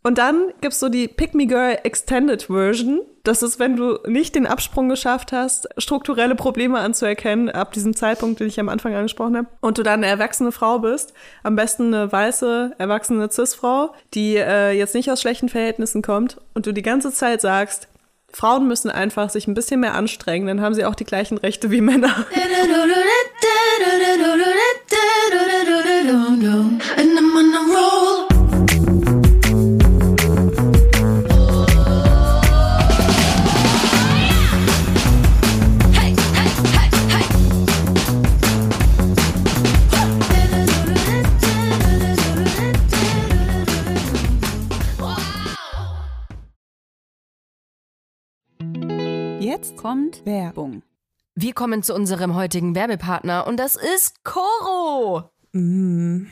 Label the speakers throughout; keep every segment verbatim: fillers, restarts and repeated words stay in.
Speaker 1: Und dann gibt's so die Pick Me Girl Extended Version. Das ist, wenn du nicht den Absprung geschafft hast, strukturelle Probleme anzuerkennen, ab diesem Zeitpunkt, den ich am Anfang angesprochen habe, und du dann eine erwachsene Frau bist, am besten eine weiße, erwachsene Cis-Frau, die äh, jetzt nicht aus schlechten Verhältnissen kommt und du die ganze Zeit sagst, Frauen müssen einfach sich ein bisschen mehr anstrengen, dann haben sie auch die gleichen Rechte wie Männer.
Speaker 2: Jetzt kommt Werbung.
Speaker 3: Wir kommen zu unserem heutigen Werbepartner und das ist Coro.
Speaker 1: Mm.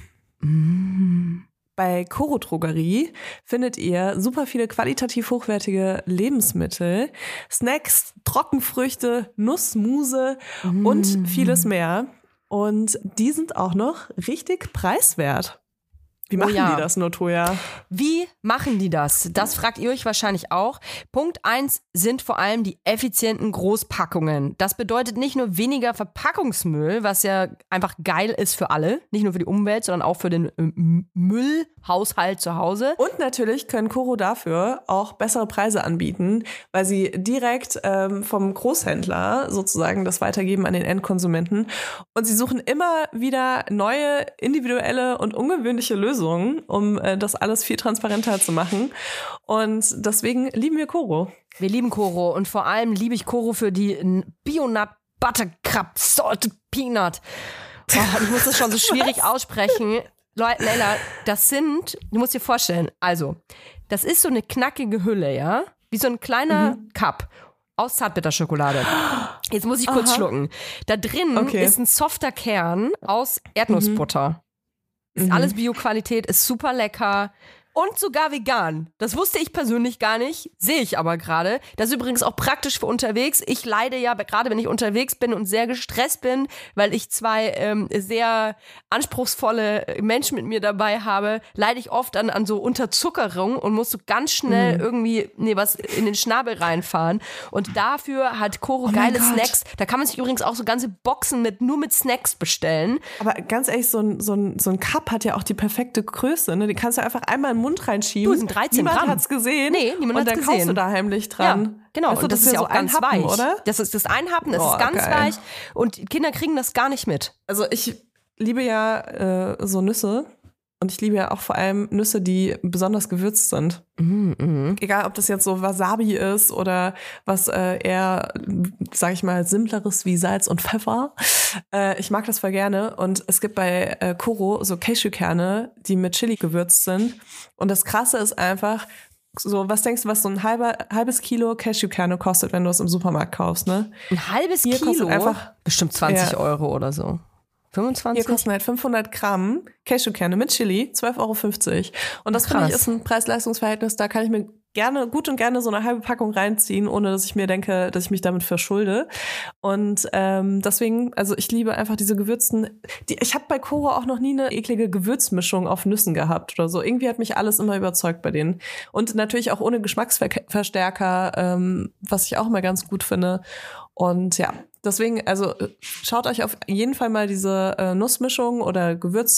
Speaker 1: Mm. Bei Coro Drogerie findet ihr super viele qualitativ hochwertige Lebensmittel, Snacks, Trockenfrüchte, Nussmuse mm. und vieles mehr. Und die sind auch noch richtig preiswert. Wie machen oh ja. die das, Notoja?
Speaker 3: Wie machen die das? Das fragt ihr euch wahrscheinlich auch. Punkt eins sind vor allem die effizienten Großpackungen. Das bedeutet nicht nur weniger Verpackungsmüll, was ja einfach geil ist für alle. Nicht nur für die Umwelt, sondern auch für den ähm, Müllhaushalt zu Hause.
Speaker 1: Und natürlich können Coro dafür auch bessere Preise anbieten, weil sie direkt ähm, vom Großhändler sozusagen das weitergeben an den Endkonsumenten. Und sie suchen immer wieder neue, individuelle und ungewöhnliche Lösungen, um äh, das alles viel transparenter zu machen. Und deswegen lieben wir Coro.
Speaker 3: Wir lieben Coro und vor allem liebe ich Coro für die Bionut Buttercup Salted Peanut. Oh, ich muss das schon so schwierig aussprechen. Leute, Leila, das sind, du musst dir vorstellen, also, das ist so eine knackige Hülle, ja? Wie so ein kleiner mhm. Cup aus Zartbitterschokolade. Jetzt muss ich kurz Aha. schlucken. Da drin okay. ist ein softer Kern aus Erdnussbutter. Mhm. Ist mhm. alles Bio-Qualität, ist super lecker und sogar vegan. Das wusste ich persönlich gar nicht, sehe ich aber gerade. Das ist übrigens auch praktisch für unterwegs. Ich leide ja, gerade wenn ich unterwegs bin und sehr gestresst bin, weil ich zwei ähm, sehr anspruchsvolle Menschen mit mir dabei habe, leide ich oft an, an so Unterzuckerung und muss so ganz schnell mhm. irgendwie nee, was in den Schnabel reinfahren. Und dafür hat Coro oh geile Snacks. Da kann man sich übrigens auch so ganze Boxen mit nur mit Snacks bestellen.
Speaker 1: Aber ganz ehrlich, so ein, so ein, so ein Cup hat ja auch die perfekte Größe. Ne? Die kannst du einfach einmal in den Mund reinschieben.
Speaker 3: Du, sind dreizehn
Speaker 1: niemand
Speaker 3: Gramm.
Speaker 1: Hat's gesehen.
Speaker 3: Nee, niemand
Speaker 1: hat's
Speaker 3: gesehen.
Speaker 1: Und dann kaufst du da heimlich dran.
Speaker 3: Ja, genau.
Speaker 1: Weißt du,
Speaker 3: und das, das ist ja auch so ganz
Speaker 1: Happen,
Speaker 3: weich.
Speaker 1: Oder?
Speaker 3: Das ist das Einhappen, das
Speaker 1: oh,
Speaker 3: ist ganz
Speaker 1: geil.
Speaker 3: weich. Und Kinder kriegen das gar nicht mit.
Speaker 1: Also ich liebe ja äh, so Nüsse. Und ich liebe ja auch vor allem Nüsse, die besonders gewürzt sind.
Speaker 3: Mm, mm.
Speaker 1: Egal, ob das jetzt so Wasabi ist oder was äh, eher, sag ich mal, simpleres wie Salz und Pfeffer. Äh, ich mag das voll gerne. Und es gibt bei äh, Coro so Cashewkerne, die mit Chili gewürzt sind. Und das Krasse ist einfach, so, was denkst du, was so ein halber, halbes Kilo Cashewkerne kostet, wenn du es im Supermarkt kaufst, ne?
Speaker 3: Ein halbes
Speaker 1: Hier
Speaker 3: Kilo?
Speaker 1: Einfach,
Speaker 3: bestimmt zwanzig
Speaker 1: ja.
Speaker 3: Euro oder so. fünfundzwanzig?
Speaker 1: Hier kosten halt fünfhundert Gramm Cashewkerne mit Chili, zwölf Euro fünfzig. Und das finde ich ist ein Preis-Leistungs-Verhältnis, da kann ich mir gerne, gut und gerne so eine halbe Packung reinziehen, ohne dass ich mir denke, dass ich mich damit verschulde. Und ähm, deswegen, also ich liebe einfach diese gewürzten, die, ich habe bei Coro auch noch nie eine eklige Gewürzmischung auf Nüssen gehabt oder so. Irgendwie hat mich alles immer überzeugt bei denen. Und natürlich auch ohne Geschmacksverstärker, ähm, was ich auch immer ganz gut finde. Und ja, deswegen, also schaut euch auf jeden Fall mal diese äh, Nussmischung oder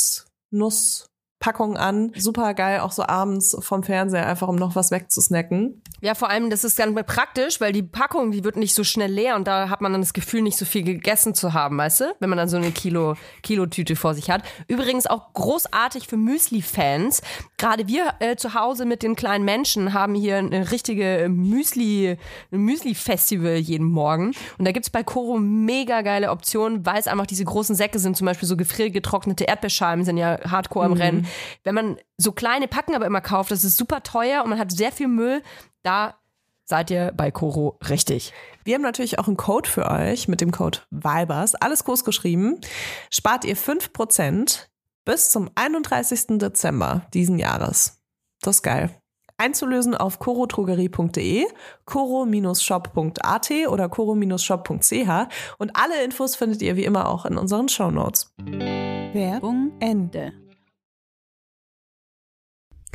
Speaker 1: Gewürznusspackung an. Super geil, auch so abends vom Fernseher, einfach um noch was wegzusnacken.
Speaker 3: Ja, vor allem, das ist ganz praktisch, weil die Packung, die wird nicht so schnell leer und da hat man dann das Gefühl, nicht so viel gegessen zu haben, weißt du? Wenn man dann so eine Kilo, Kilo-Tüte vor sich hat. Übrigens auch großartig für Müsli-Fans. Gerade wir äh, zu Hause mit den kleinen Menschen haben hier eine richtige Müsli, ein Müsli-Festival jeden Morgen. Und da gibt's bei Coro mega geile Optionen, weil es einfach diese großen Säcke sind, zum Beispiel so gefriergetrocknete Erdbeerscheiben sind ja hardcore im mhm. Rennen. Wenn man so kleine Packen aber immer kauft, das ist super teuer und man hat sehr viel Müll, da seid ihr bei Coro richtig.
Speaker 1: Wir haben natürlich auch einen Code für euch mit dem Code VIBERS, alles groß geschrieben. Spart ihr fünf Prozent bis zum einunddreißigsten Dezember diesen Jahres. Das ist geil. Einzulösen auf coro-drogerie punkt de, coro-shop punkt at oder coro-shop punkt ch und alle Infos findet ihr wie immer auch in unseren Shownotes.
Speaker 2: Werbung Ende.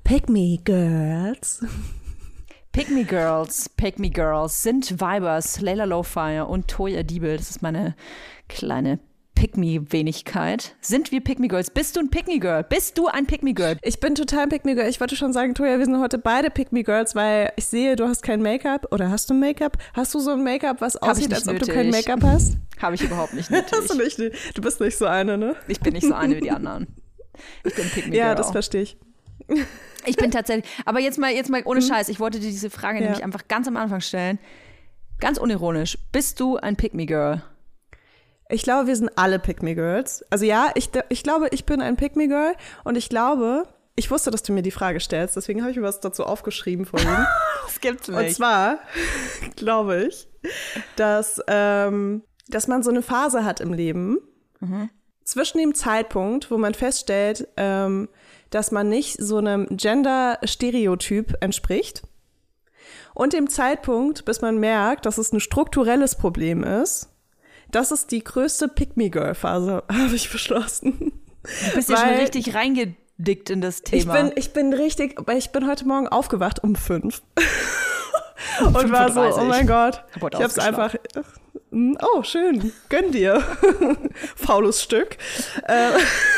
Speaker 1: Pick Me Girls.
Speaker 2: Pick Me Girls, Pick Me Girls sind Vibers, Layla Lowfire und Toya Diebel. Das ist meine kleine Pick-Me-Wenigkeit. Sind wir Pick-Me-Girls? Bist du ein Pick-Me-Girl? Bist du ein Pick-Me-Girl?
Speaker 1: Ich bin total ein Pick-Me-Girl. Ich wollte schon sagen, Toja, wir sind heute beide Pick-Me-Girls, weil ich sehe, du hast kein Make-up. Oder hast du Make-up? Hast du so ein Make-up, was aussieht, als ob du kein Make-up hast?
Speaker 2: Habe ich überhaupt nicht nötig.
Speaker 1: Hast du nicht? Du bist nicht so eine, ne?
Speaker 2: Ich bin nicht so eine wie die anderen. Ich bin Pick-Me-Girl.
Speaker 1: Ja, das verstehe ich.
Speaker 2: Ich bin tatsächlich, aber jetzt mal, jetzt mal ohne Scheiß, ich wollte dir diese Frage ja. nämlich einfach ganz am Anfang stellen. Ganz unironisch. Bist du ein Pick-Me-Girl?
Speaker 1: Ich glaube, wir sind alle Pick-Me-Girls. Also ja, ich, ich glaube, ich bin ein Pick-Me-Girl und ich glaube, ich wusste, dass du mir die Frage stellst, deswegen habe ich mir was dazu aufgeschrieben vorhin.
Speaker 2: Das gibt's nicht.
Speaker 1: Und zwar glaube ich, dass, ähm, dass man so eine Phase hat im Leben, mhm. zwischen dem Zeitpunkt, wo man feststellt, ähm, dass man nicht so einem Gender-Stereotyp entspricht, und dem Zeitpunkt, bis man merkt, dass es ein strukturelles Problem ist. Das ist die größte Pick-Me-Girl-Phase, habe ich beschlossen.
Speaker 2: Du bist ja schon richtig reingedickt in das Thema.
Speaker 1: Ich bin, ich bin richtig, weil ich bin heute Morgen aufgewacht um fünf. Und fünfunddreißig. War so, oh mein Gott, hab ich hab's einfach, oh schön, gönn dir. Faules Stück. äh,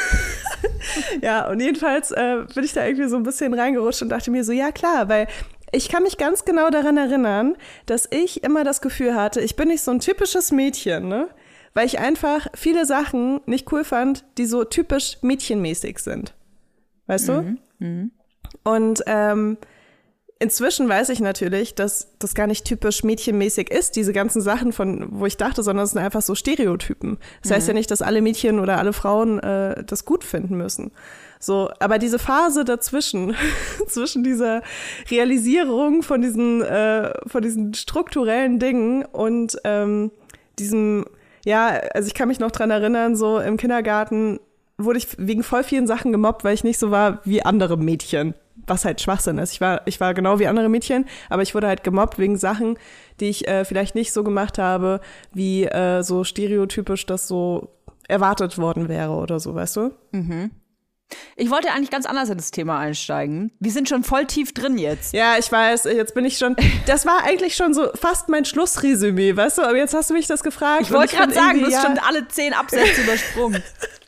Speaker 1: ja, und jedenfalls äh, bin ich da irgendwie so ein bisschen reingerutscht und dachte mir so, ja klar, weil ich kann mich ganz genau daran erinnern, dass ich immer das Gefühl hatte, ich bin nicht so ein typisches Mädchen, ne? Weil ich einfach viele Sachen nicht cool fand, die so typisch mädchenmäßig sind. Weißt
Speaker 2: mhm. du? Mhm.
Speaker 1: Und ähm, inzwischen weiß ich natürlich, dass das gar nicht typisch mädchenmäßig ist, diese ganzen Sachen, von wo ich dachte, sondern es sind einfach so Stereotypen. Das mhm. heißt ja nicht, dass alle Mädchen oder alle Frauen äh, das gut finden müssen. So, aber diese Phase dazwischen, zwischen dieser Realisierung von diesen, äh, von diesen strukturellen Dingen und ähm, diesem, ja, also ich kann mich noch dran erinnern, so im Kindergarten wurde ich wegen voll vielen Sachen gemobbt, weil ich nicht so war wie andere Mädchen, was halt Schwachsinn ist. Ich war, ich war genau wie andere Mädchen, aber ich wurde halt gemobbt wegen Sachen, die ich äh, vielleicht nicht so gemacht habe, wie äh, so stereotypisch das so erwartet worden wäre oder so, weißt du?
Speaker 2: Mhm. Ich wollte eigentlich ganz anders in das Thema einsteigen. Wir sind schon voll tief drin jetzt.
Speaker 1: Ja, ich weiß, jetzt bin ich schon, das war eigentlich schon so fast mein Schlussresümee, weißt du, aber jetzt hast du mich das gefragt.
Speaker 2: Ich wollte gerade sagen, du hast ja schon alle zehn Absätze übersprungen.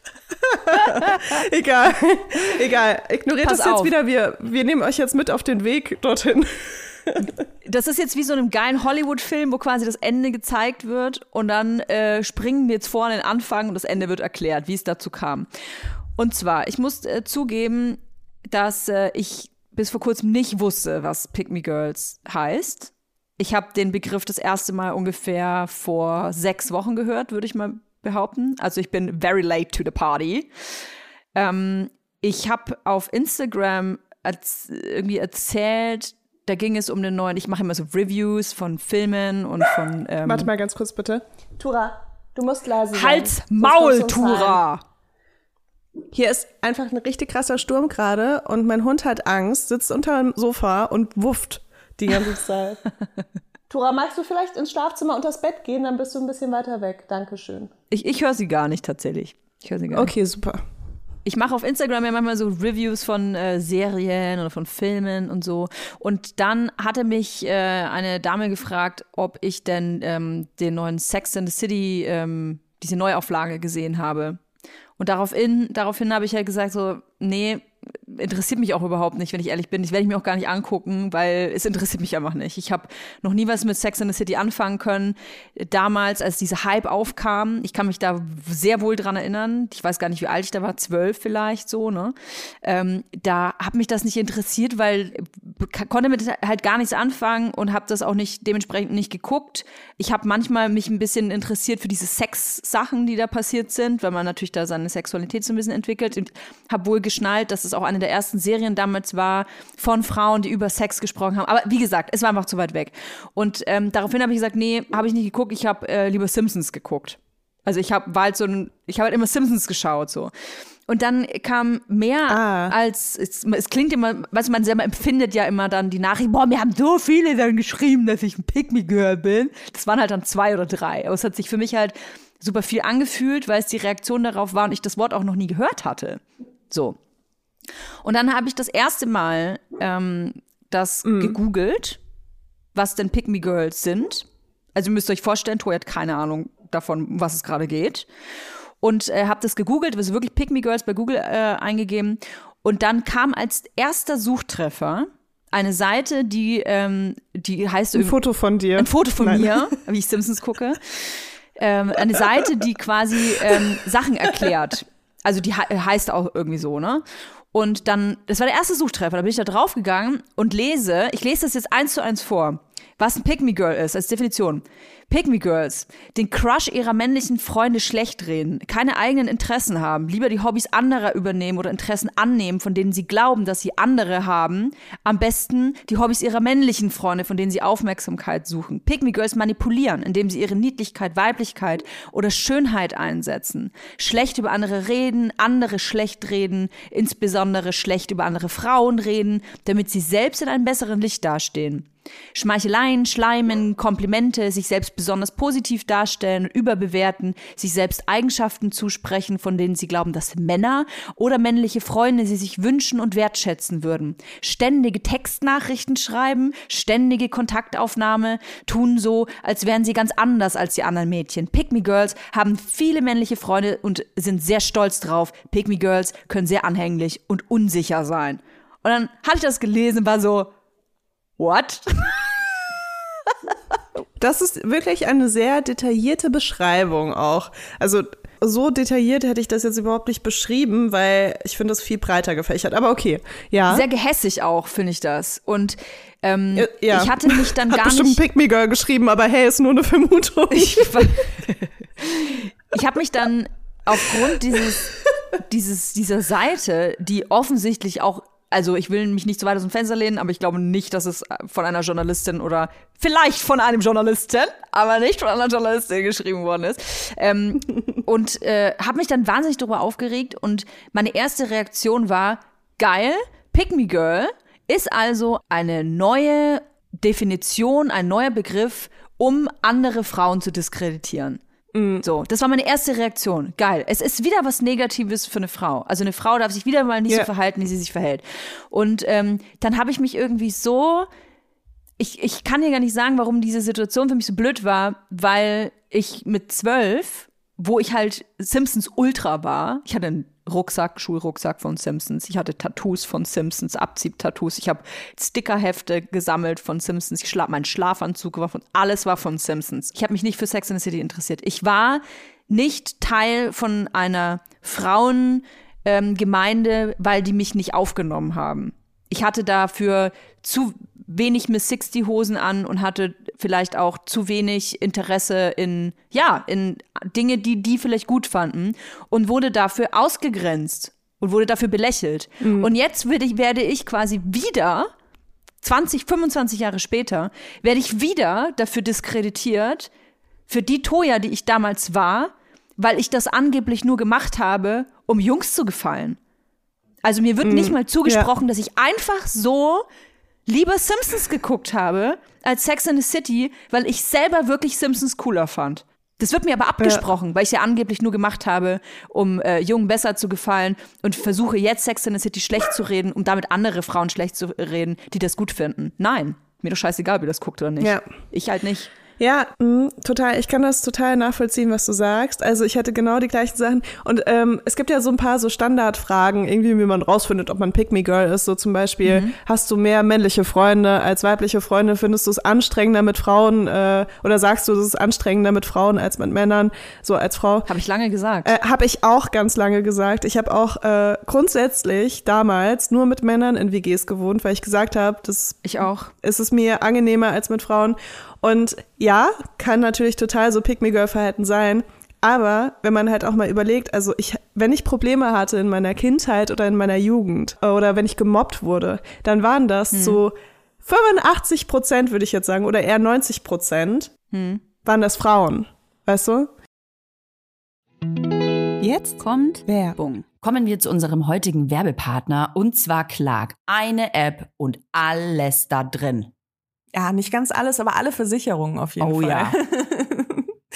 Speaker 1: Egal, egal, ignoriert
Speaker 2: Pass
Speaker 1: das jetzt
Speaker 2: auf.
Speaker 1: wieder, wir, wir nehmen euch jetzt mit auf den Weg dorthin.
Speaker 2: Das ist jetzt wie so einem geilen Hollywood-Film, wo quasi das Ende gezeigt wird und dann äh, springen wir jetzt vor an den Anfang und das Ende wird erklärt, wie es dazu kam. Und zwar, ich muss äh, zugeben, dass äh, ich bis vor kurzem nicht wusste, was Pick-Me-Girls heißt. Ich habe den Begriff das erste Mal ungefähr vor sechs Wochen gehört, würde ich mal behaupten. Also ich bin very late to the party. Ähm, ich habe auf Instagram als, irgendwie erzählt, da ging es um den neuen, ich mache immer so Reviews von Filmen und von ähm,
Speaker 1: Warte mal ganz kurz bitte. Tura, du musst leise sein.
Speaker 2: Hals, Maul, Tura!
Speaker 1: Hier ist einfach ein richtig krasser Sturm gerade und mein Hund hat Angst, sitzt unter dem Sofa und wufft die ganze Zeit. Tura, magst du vielleicht ins Schlafzimmer und das Bett gehen, dann bist du ein bisschen weiter weg. Dankeschön.
Speaker 2: Ich, ich höre sie gar nicht tatsächlich. Ich höre sie gar
Speaker 1: Okay,
Speaker 2: nicht.
Speaker 1: super.
Speaker 2: Ich mache auf Instagram ja manchmal so Reviews von äh, Serien oder von Filmen und so. Und dann hatte mich äh, eine Dame gefragt, ob ich denn ähm, den neuen Sex and the City, ähm, diese Neuauflage gesehen habe. Und daraufhin, daraufhin habe ich halt gesagt so, nee, interessiert mich auch überhaupt nicht, wenn ich ehrlich bin. Das werde ich mir auch gar nicht angucken, weil es interessiert mich einfach nicht. Ich habe noch nie was mit Sex and the City anfangen können. Damals, als dieser Hype aufkam, ich kann mich da sehr wohl dran erinnern. Ich weiß gar nicht, wie alt ich da war, zwölf vielleicht so, ne? Ähm, da hat mich das nicht interessiert, weil ich konnte mit halt gar nichts anfangen und habe das auch nicht dementsprechend nicht geguckt. Ich habe manchmal mich ein bisschen interessiert für diese Sex-Sachen, die da passiert sind, weil man natürlich da seine Sexualität so ein bisschen entwickelt und habe wohl geschnallt, dass es auch eine der ersten Serien damals war von Frauen, die über Sex gesprochen haben. Aber wie gesagt, es war einfach zu weit weg. Und ähm, daraufhin habe ich gesagt, nee, habe ich nicht geguckt, ich habe äh, lieber Simpsons geguckt. Also ich habe war halt so ein, ich habe halt immer Simpsons geschaut so. Und dann kam mehr ah. als, es, es klingt immer, weißt du, man selber empfindet ja immer dann die Nachricht, boah, mir haben so viele dann geschrieben, dass ich ein Pick-Me-Girl bin. Das waren halt dann zwei oder drei. Aber es hat sich für mich halt super viel angefühlt, weil es die Reaktion darauf war und ich das Wort auch noch nie gehört hatte. So. Und dann habe ich das erste Mal ähm, das mm. gegoogelt, was denn Pick-Me-Girls sind. Also ihr müsst euch vorstellen, Toya hat keine Ahnung davon, um was es gerade geht. Und äh, habe das gegoogelt, also wirklich Pick-Me-Girls bei Google äh, eingegeben. Und dann kam als erster Suchtreffer eine Seite, die, ähm, die heißt...
Speaker 1: Ein Foto von dir.
Speaker 2: Ein Foto von
Speaker 1: Nein.
Speaker 2: mir, wie ich Simpsons gucke. Ähm, eine Seite, die quasi ähm, Sachen erklärt. Also die he- heißt auch irgendwie so, ne? Und dann, das war der erste Suchtreffer, da bin ich da draufgegangen und lese, ich lese das jetzt eins zu eins vor, was ein Pick-Me-Girl ist, als Definition. Pick-Me-Girls, den Crush ihrer männlichen Freunde schlecht reden, keine eigenen Interessen haben, lieber die Hobbys anderer übernehmen oder Interessen annehmen, von denen sie glauben, dass sie andere haben, am besten die Hobbys ihrer männlichen Freunde, von denen sie Aufmerksamkeit suchen. Pick-Me-Girls manipulieren, indem sie ihre Niedlichkeit, Weiblichkeit oder Schönheit einsetzen. Schlecht über andere reden, andere schlecht reden, insbesondere schlecht über andere Frauen reden, damit sie selbst in einem besseren Licht dastehen. Schmeicheleien, Schleimen, Komplimente, sich selbst besonders positiv darstellen und überbewerten, sich selbst Eigenschaften zusprechen, von denen sie glauben, dass Männer oder männliche Freunde sie sich wünschen und wertschätzen würden. Ständige Textnachrichten schreiben, ständige Kontaktaufnahme, tun so, als wären sie ganz anders als die anderen Mädchen. Pick-Me-Girls haben viele männliche Freunde und sind sehr stolz drauf. Pick-Me-Girls können sehr anhänglich und unsicher sein. Und dann hatte ich das gelesen und war so, what?
Speaker 1: Das ist wirklich eine sehr detaillierte Beschreibung auch. Also so detailliert hätte ich das jetzt überhaupt nicht beschrieben, weil ich finde das viel breiter gefächert. Aber okay, ja.
Speaker 2: Sehr gehässig auch, finde ich das. Und ähm,
Speaker 1: ja.
Speaker 2: ich hatte mich dann
Speaker 1: Hat
Speaker 2: gar
Speaker 1: bestimmt
Speaker 2: nicht...
Speaker 1: Pick-Me-Girl geschrieben, aber hey, ist nur eine Vermutung.
Speaker 2: Ich, ich habe mich dann aufgrund dieses, dieses, dieser Seite, die offensichtlich auch, also ich will mich nicht zu weit aus dem Fenster lehnen, aber ich glaube nicht, dass es von einer Journalistin oder vielleicht von einem Journalisten, aber nicht von einer Journalistin geschrieben worden ist. Ähm, und äh, habe mich dann wahnsinnig darüber aufgeregt und meine erste Reaktion war, geil, Pick-Me-Girl ist also eine neue Definition, ein neuer Begriff, um andere Frauen zu diskreditieren. Mm. So, das war meine erste Reaktion. Geil. Es ist wieder was Negatives für eine Frau. Also eine Frau darf sich wieder mal nicht yeah. so verhalten, wie sie sich verhält. Und ähm, dann habe ich mich irgendwie so, ich, ich kann dir gar nicht sagen, warum diese Situation für mich so blöd war, weil ich mit zwölf, wo ich halt Simpsons Ultra war, ich hatte einen Rucksack, Schulrucksack von Simpsons. Ich hatte Tattoos von Simpsons, Abziehtattoos. Ich habe Stickerhefte gesammelt von Simpsons. Ich schla- mein Schlafanzug war von, alles war von Simpsons. Ich habe mich nicht für Sex and the City interessiert. Ich war nicht Teil von einer Frauengemeinde, ähm, weil die mich nicht aufgenommen haben. Ich hatte dafür zu wenig Miss sixty Hosen an und hatte vielleicht auch zu wenig Interesse in, ja, in Dinge, die die vielleicht gut fanden und wurde dafür ausgegrenzt und wurde dafür belächelt. Mhm. Und jetzt werde ich, werde ich quasi wieder, zwanzig, fünfundzwanzig Jahre später, werde ich wieder dafür diskreditiert, für die Toya, die ich damals war, weil ich das angeblich nur gemacht habe, um Jungs zu gefallen. Also mir wird mhm. nicht mal zugesprochen, ja. dass ich einfach so lieber Simpsons geguckt habe als Sex and the City, weil ich selber wirklich Simpsons cooler fand. Das wird mir aber abgesprochen, ja. weil ich ja angeblich nur gemacht habe, um äh, Jungen besser zu gefallen und versuche jetzt Sex and the City schlecht zu reden, um damit andere Frauen schlecht zu reden, die das gut finden. Nein, mir doch scheißegal, ob ihr das guckt oder nicht. Ja. Ich halt nicht.
Speaker 1: Ja, mh, total. Ich kann das total nachvollziehen, was du sagst. Also ich hatte genau die gleichen Sachen. Und ähm, es gibt ja so ein paar so Standardfragen, irgendwie, wie man rausfindet, ob man Pick-Me-Girl ist. So zum Beispiel, mhm. hast du mehr männliche Freunde als weibliche Freunde? Findest du es anstrengender mit Frauen? Äh, oder sagst du, es ist anstrengender mit Frauen als mit Männern? So als Frau.
Speaker 2: Habe ich lange gesagt.
Speaker 1: Äh, habe ich auch ganz lange gesagt. Ich habe auch äh, grundsätzlich damals nur mit Männern in W Gs gewohnt, weil ich gesagt habe, das
Speaker 2: ich auch.
Speaker 1: ist es mir angenehmer als mit Frauen. Und ja, kann natürlich total so Pick-Me-Girl-Verhalten sein. Aber wenn man halt auch mal überlegt, also ich, wenn ich Probleme hatte in meiner Kindheit oder in meiner Jugend oder wenn ich gemobbt wurde, dann waren das hm. so fünfundachtzig Prozent, würde ich jetzt sagen, oder eher neunzig Prozent hm. waren das Frauen. Weißt du?
Speaker 4: Jetzt kommt Werbung. Kommen wir zu unserem heutigen Werbepartner und zwar Clark. Eine App und alles da drin.
Speaker 1: Ja, nicht ganz alles, aber alle Versicherungen auf jeden
Speaker 4: oh,
Speaker 1: Fall.
Speaker 4: Ja.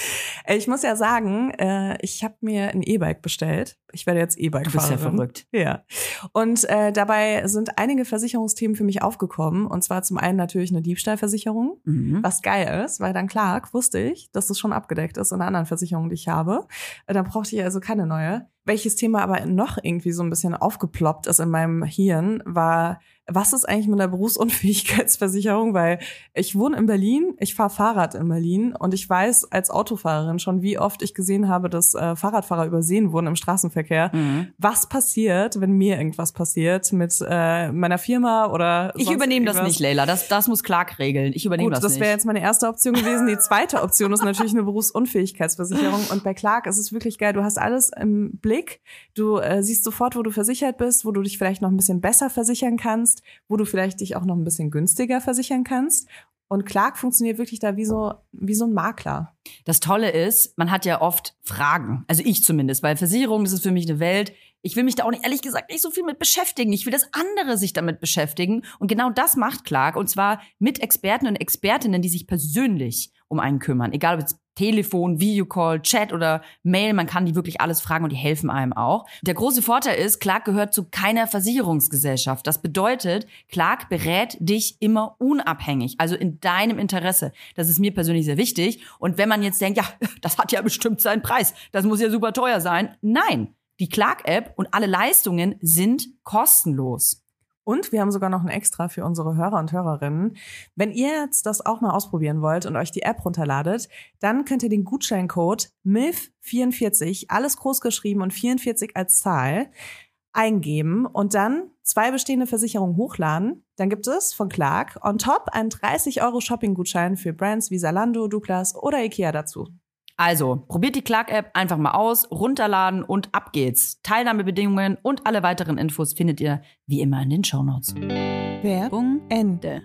Speaker 1: Ich muss ja sagen, äh, ich habe mir ein E-Bike bestellt. Ich werde jetzt E-Bike-Fahrerin.
Speaker 4: Du bist ja verrückt.
Speaker 1: Ja. Und äh, dabei sind einige Versicherungsthemen für mich aufgekommen. Und zwar zum einen natürlich eine Diebstahlversicherung, mhm. was geil ist, weil dann Clark wusste ich, dass das schon abgedeckt ist in einer anderen Versicherung, die ich habe. Äh, dann brauchte ich also keine neue. Welches Thema aber noch irgendwie so ein bisschen aufgeploppt ist in meinem Hirn, war, was ist eigentlich mit der Berufsunfähigkeitsversicherung? Weil ich wohne in Berlin, ich fahre Fahrrad in Berlin und ich weiß als Autofahrerin schon, wie oft ich gesehen habe, dass äh, Fahrradfahrer übersehen wurden im Straßenverkehr. Mhm. Was passiert, wenn mir irgendwas passiert mit äh, meiner Firma oder
Speaker 4: Ich übernehme das nicht, Leila. Das, das muss Clark regeln. Ich übernehme
Speaker 1: Gut,
Speaker 4: das,
Speaker 1: das
Speaker 4: nicht.
Speaker 1: Das wäre jetzt meine erste Option gewesen. Die zweite Option ist natürlich eine Berufsunfähigkeitsversicherung. Und bei Clark ist es wirklich geil. Du hast alles im Blick. Du äh, siehst sofort, wo du versichert bist, wo du dich vielleicht noch ein bisschen besser versichern kannst, wo du vielleicht dich auch noch ein bisschen günstiger versichern kannst. Und Clark funktioniert wirklich da wie so, wie so ein Makler.
Speaker 4: Das Tolle ist, man hat ja oft Fragen. Also ich zumindest, weil Versicherung, das ist für mich eine Welt. Ich will mich da auch nicht, ehrlich gesagt, nicht so viel mit beschäftigen. Ich will, dass andere sich damit beschäftigen. Und genau das macht Clark. Und zwar mit Experten und Expertinnen, die sich persönlich um einen kümmern. Egal ob jetzt Telefon, Videocall, Chat oder Mail, man kann die wirklich alles fragen und die helfen einem auch. Der große Vorteil ist, Clark gehört zu keiner Versicherungsgesellschaft. Das bedeutet, Clark berät dich immer unabhängig, also in deinem Interesse. Das ist mir persönlich sehr wichtig. Und wenn man jetzt denkt, ja, das hat ja bestimmt seinen Preis, das muss ja super teuer sein. Nein, die Clark-App und alle Leistungen sind kostenlos.
Speaker 1: Und wir haben sogar noch ein Extra für unsere Hörer und Hörerinnen. Wenn ihr jetzt das auch mal ausprobieren wollt und euch die App runterladet, dann könnt ihr den Gutscheincode M I L F vierundvierzig, alles groß geschrieben und vierundvierzig als Zahl, eingeben und dann zwei bestehende Versicherungen hochladen. Dann gibt es von Clark on top einen dreißig Euro Shopping-Gutschein für Brands wie Zalando, Douglas oder Ikea dazu.
Speaker 4: Also, probiert die Clark-App einfach mal aus, runterladen und ab geht's. Teilnahmebedingungen und alle weiteren Infos findet ihr wie immer in den Shownotes.
Speaker 2: Werbung Ende.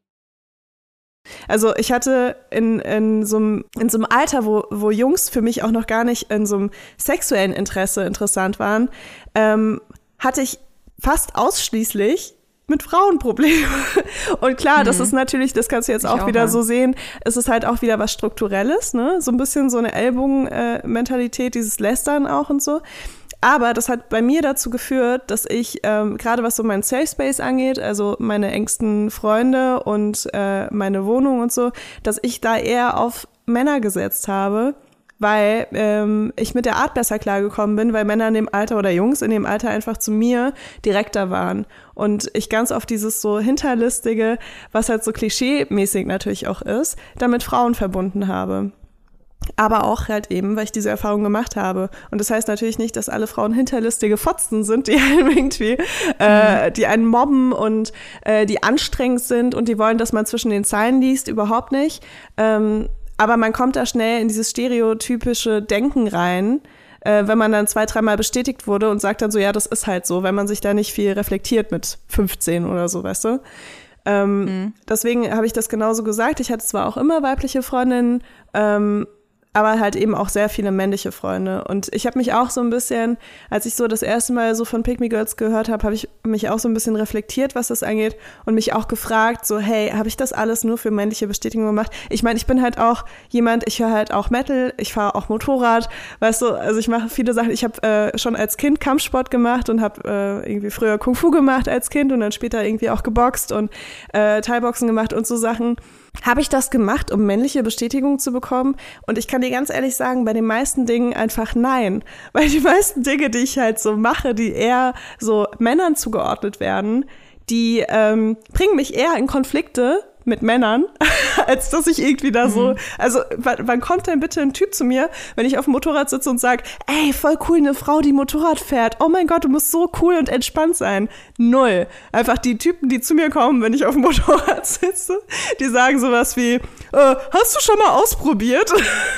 Speaker 1: Also ich hatte in, in, so einem, in so einem Alter, wo, wo Jungs für mich auch noch gar nicht in so einem sexuellen Interesse interessant waren, ähm, hatte ich fast ausschließlich mit Frauen Probleme. Und klar, mhm. das ist natürlich, das kannst du jetzt auch, auch wieder ja. so sehen, es ist halt auch wieder was Strukturelles, ne? So ein bisschen so eine Ellbogen-Mentalität, dieses Lästern auch und so. Aber das hat bei mir dazu geführt, dass ich, ähm, gerade was so mein Safe Space angeht, also meine engsten Freunde und äh, meine Wohnung und so, dass ich da eher auf Männer gesetzt habe, weil ähm, ich mit der Art besser klargekommen bin, weil Männer in dem Alter oder Jungs in dem Alter einfach zu mir direkter waren. Und ich ganz oft dieses so Hinterlistige, was halt so klischee-mäßig natürlich auch ist, dann mit Frauen verbunden habe. Aber auch halt eben, weil ich diese Erfahrung gemacht habe. Und das heißt natürlich nicht, dass alle Frauen hinterlistige Fotzen sind, die einen irgendwie, äh, die einen mobben und äh, die anstrengend sind und die wollen, dass man zwischen den Zeilen liest, überhaupt nicht. Ähm, aber man kommt da schnell in dieses stereotypische Denken rein, äh, wenn man dann zwei, dreimal bestätigt wurde und sagt dann so, ja, das ist halt so, wenn man sich da nicht viel reflektiert mit fünfzehn oder so, weißt du? Ähm, mhm. Deswegen habe ich das genauso gesagt. Ich hatte zwar auch immer weibliche Freundinnen, ähm, aber halt eben auch sehr viele männliche Freunde. Und ich habe mich auch so ein bisschen, als ich so das erste Mal so von Pick Me Girls gehört habe, habe ich mich auch so ein bisschen reflektiert, was das angeht und mich auch gefragt, so hey, habe ich das alles nur für männliche Bestätigung gemacht? Ich meine, ich bin halt auch jemand, ich höre halt auch Metal, ich fahre auch Motorrad, weißt du, also ich mache viele Sachen. Ich habe äh, schon als Kind Kampfsport gemacht und habe äh, irgendwie früher Kung Fu gemacht als Kind und dann später irgendwie auch geboxt und äh, Thai-Boxen gemacht und so Sachen. Habe ich das gemacht, um männliche Bestätigung zu bekommen? Und ich kann dir ganz ehrlich sagen, bei den meisten Dingen einfach nein. Weil die meisten Dinge, die ich halt so mache, die eher so Männern zugeordnet werden, die ähm, bringen mich eher in Konflikte mit Männern, als dass ich irgendwie da so, mhm. also wann, wann kommt denn bitte ein Typ zu mir, wenn ich auf dem Motorrad sitze und sage, ey, voll cool, eine Frau, die Motorrad fährt, oh mein Gott, du musst so cool und entspannt sein. Null. Einfach die Typen, die zu mir kommen, wenn ich auf dem Motorrad sitze, die sagen sowas wie, äh, hast du schon mal ausprobiert?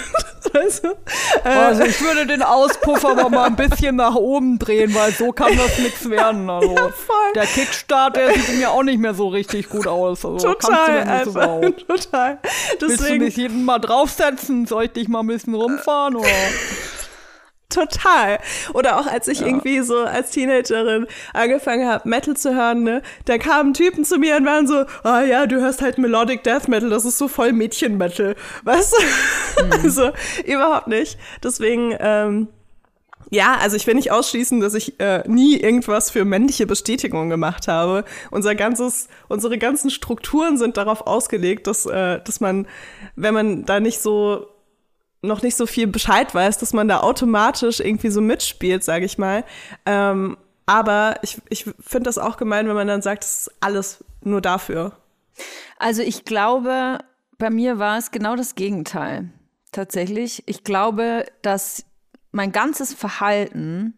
Speaker 1: Also, äh,
Speaker 2: also ich würde den Auspuffer aber mal ein bisschen nach oben drehen, weil so kann das nichts werden. Also
Speaker 1: ja, voll.
Speaker 2: Der Kickstart, der sieht mir auch nicht mehr so richtig gut aus. Also,
Speaker 1: total, kannst du denn das überhaupt? Total. Deswegen,
Speaker 2: willst du mich jeden Mal draufsetzen? Soll ich dich mal ein bisschen rumfahren? Oder?
Speaker 1: Total. Oder auch als ich ja. irgendwie so als Teenagerin angefangen habe, Metal zu hören, ne, da kamen Typen zu mir und waren so, ah ja, du hörst halt Melodic Death Metal, das ist so voll Mädchen-Metal. Weißt du? Mhm. Also, überhaupt nicht. Deswegen, ähm, ja, also ich will nicht ausschließen, dass ich äh, nie irgendwas für männliche Bestätigung gemacht habe. Unser ganzes, unsere ganzen Strukturen sind darauf ausgelegt, dass, äh, dass man, wenn man da nicht so noch nicht so viel Bescheid weiß, dass man da automatisch irgendwie so mitspielt, sage ich mal. Ähm, aber ich, ich finde das auch gemein, wenn man dann sagt, das ist alles nur dafür.
Speaker 2: Also ich glaube, bei mir war es genau das Gegenteil. Tatsächlich. Ich glaube, dass mein ganzes Verhalten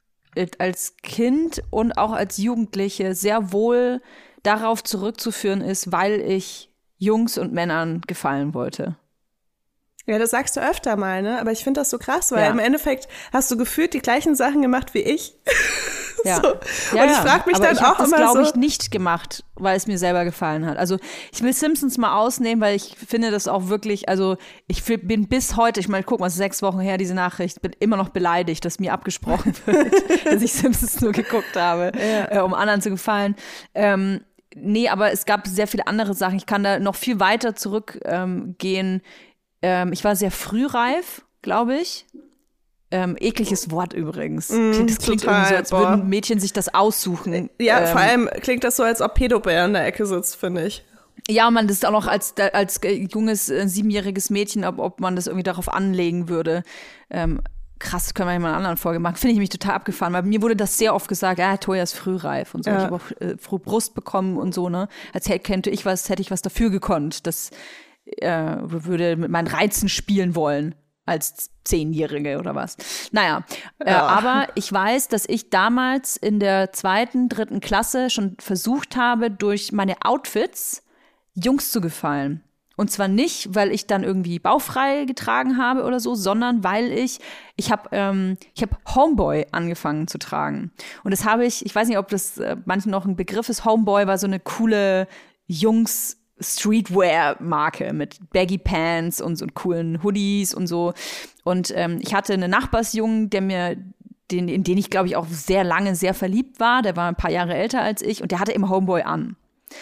Speaker 2: als Kind und auch als Jugendliche sehr wohl darauf zurückzuführen ist, weil ich Jungs und Männern gefallen wollte.
Speaker 1: Ja, das sagst du öfter mal, ne? Aber ich finde das so krass, weil
Speaker 2: ja.
Speaker 1: im Endeffekt hast du gefühlt die gleichen Sachen gemacht wie ich.
Speaker 2: Ja.
Speaker 1: so.
Speaker 2: ja,
Speaker 1: und ich frage mich
Speaker 2: aber
Speaker 1: dann
Speaker 2: ich
Speaker 1: auch
Speaker 2: das,
Speaker 1: immer
Speaker 2: glaube
Speaker 1: so.
Speaker 2: ich, nicht gemacht, weil es mir selber gefallen hat. Also ich will Simpsons mal ausnehmen, weil ich finde das auch wirklich, also ich bin bis heute, ich meine, guck mal, es ist sechs Wochen her, diese Nachricht, bin immer noch beleidigt, dass mir abgesprochen wird, dass ich Simpsons nur geguckt habe, ja. äh, um anderen zu gefallen. Ähm, nee, aber es gab sehr viele andere Sachen. Ich kann da noch viel weiter zurückgehen. Ähm, ähm, ich war sehr frühreif, glaube ich. Ähm, ekliges Wort übrigens.
Speaker 1: Mm,
Speaker 2: das klingt
Speaker 1: total,
Speaker 2: irgendwie so, als
Speaker 1: boah.
Speaker 2: würden Mädchen sich das aussuchen.
Speaker 1: Ja,
Speaker 2: ähm,
Speaker 1: vor allem klingt das so, als ob Pedobär in der Ecke sitzt, finde ich.
Speaker 2: Ja, man das ist auch noch als, als junges, äh, siebenjähriges Mädchen, ob, ob man das irgendwie darauf anlegen würde. Ähm, krass, können wir ja mal in einer anderen Folge machen. Finde ich mich total abgefahren, weil mir wurde das sehr oft gesagt, ja, Toya ist frühreif und so. Ja. Ich habe auch äh, früh Brust bekommen und so, ne. Als hätte ich was, hätte ich was dafür gekonnt. Das äh, würde mit meinen Reizen spielen wollen. Als Zehnjährige oder was. Naja, ja. äh, aber ich weiß, dass ich damals in der zweiten, dritten Klasse schon versucht habe, durch meine Outfits Jungs zu gefallen. Und zwar nicht, weil ich dann irgendwie bauchfrei getragen habe oder so, sondern weil ich, ich habe ähm, ich habe Homeboy angefangen zu tragen. Und das habe ich, ich weiß nicht, ob das äh, manchen noch ein Begriff ist, Homeboy war so eine coole Jungs- Streetwear-Marke mit Baggy Pants und so coolen Hoodies und so. Und ähm, ich hatte einen Nachbarsjungen, der mir, den, in den ich, glaube ich, auch sehr lange sehr verliebt war. Der war ein paar Jahre älter als ich und der hatte immer Homeboy an.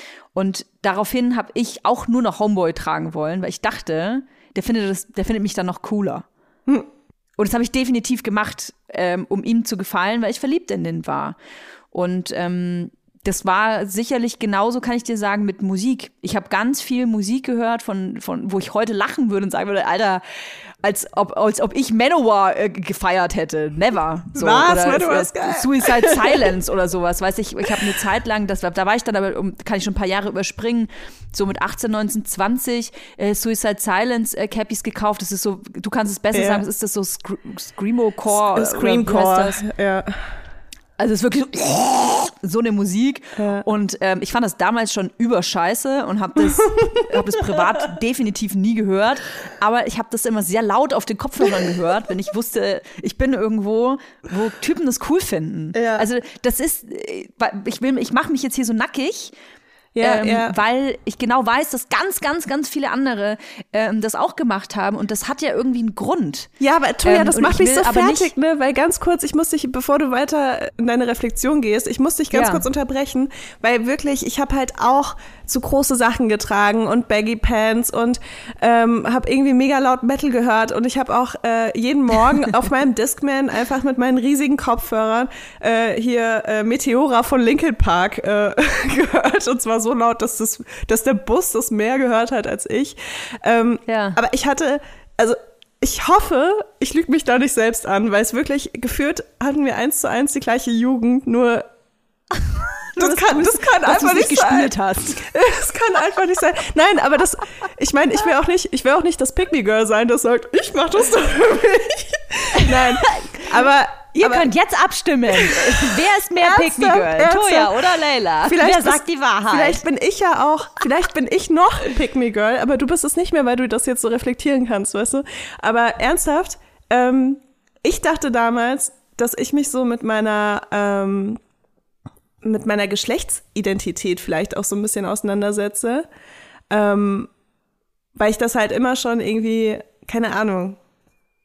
Speaker 2: Und daraufhin habe ich auch nur noch Homeboy tragen wollen, weil ich dachte, der findet, das, der findet mich dann noch cooler. Hm. Und das habe ich definitiv gemacht, ähm, um ihm zu gefallen, weil ich verliebt in den war. Und ähm, das war sicherlich genauso, kann ich dir sagen, mit Musik. Ich habe ganz viel Musik gehört, von, von wo ich heute lachen würde und sagen würde, Alter, als ob, als ob ich Manowar äh, gefeiert hätte. Never. So.
Speaker 1: Was?
Speaker 2: Oder,
Speaker 1: Manowar ist geil.
Speaker 2: Suicide Silence oder sowas. Weiß ich, ich habe eine Zeit lang, das, da war ich dann aber, um, kann ich schon ein paar Jahre überspringen, so mit achtzehn, neunzehn, zwanzig äh, Suicide Silence äh, Cappies gekauft. Das ist so, du kannst es besser ja. sagen, ist das so Sc- Screamo-Core?
Speaker 1: Scream-Core, ja.
Speaker 2: Also es ist wirklich so, so eine Musik. Ja. Und ähm, ich fand das damals schon überscheiße und habe das, hab das privat definitiv nie gehört. Aber ich habe das immer sehr laut auf den Kopfhörern gehört, wenn ich wusste, ich bin irgendwo, wo Typen das cool finden. Ja. Also das ist, ich will, ich mache mich jetzt hier so nackig, Ja, ähm, ja. weil ich genau weiß, dass ganz, ganz, ganz viele andere ähm, das auch gemacht haben und das hat ja irgendwie einen Grund.
Speaker 1: Ja, aber Toya, ähm, das macht mich so fertig,
Speaker 2: nicht,
Speaker 1: ne? Weil ganz kurz, ich muss dich, bevor du weiter in deine Reflexion gehst, ich muss dich ganz ja. kurz unterbrechen, weil wirklich, ich habe halt auch zu große Sachen getragen und Baggy Pants und ähm, habe irgendwie mega laut Metal gehört und ich habe auch äh, jeden Morgen auf meinem Discman einfach mit meinen riesigen Kopfhörern äh, hier äh, Meteora von Linkin Park äh, gehört und zwar so laut, dass, das, dass der Bus das mehr gehört hat als ich. Ähm, ja. Aber ich hatte, also ich hoffe, ich lüge mich da nicht selbst an, weil es wirklich gefühlt hatten wir eins zu eins die gleiche Jugend, nur Das kann, das kann einfach nicht sein. Hast. Das kann einfach nicht sein. Nein, aber das, ich meine, ich will auch nicht, ich will auch nicht das Pick-Me-Girl sein, das sagt, ich mach das doch für mich. Nein, aber
Speaker 2: ihr
Speaker 1: aber,
Speaker 2: könnt jetzt abstimmen. Wer ist mehr Pick-Me-Girl? Toya oder Leila?
Speaker 1: Vielleicht
Speaker 2: Wer sagt
Speaker 1: ist,
Speaker 2: die Wahrheit?
Speaker 1: Vielleicht bin ich ja auch, vielleicht bin ich noch Pick-Me-Girl, aber du bist es nicht mehr, weil du das jetzt so reflektieren kannst, weißt du? Aber ernsthaft, ähm, ich dachte damals, dass ich mich so mit meiner ähm, mit meiner Geschlechtsidentität vielleicht auch so ein bisschen auseinandersetze, ähm, weil ich das halt immer schon irgendwie, keine Ahnung,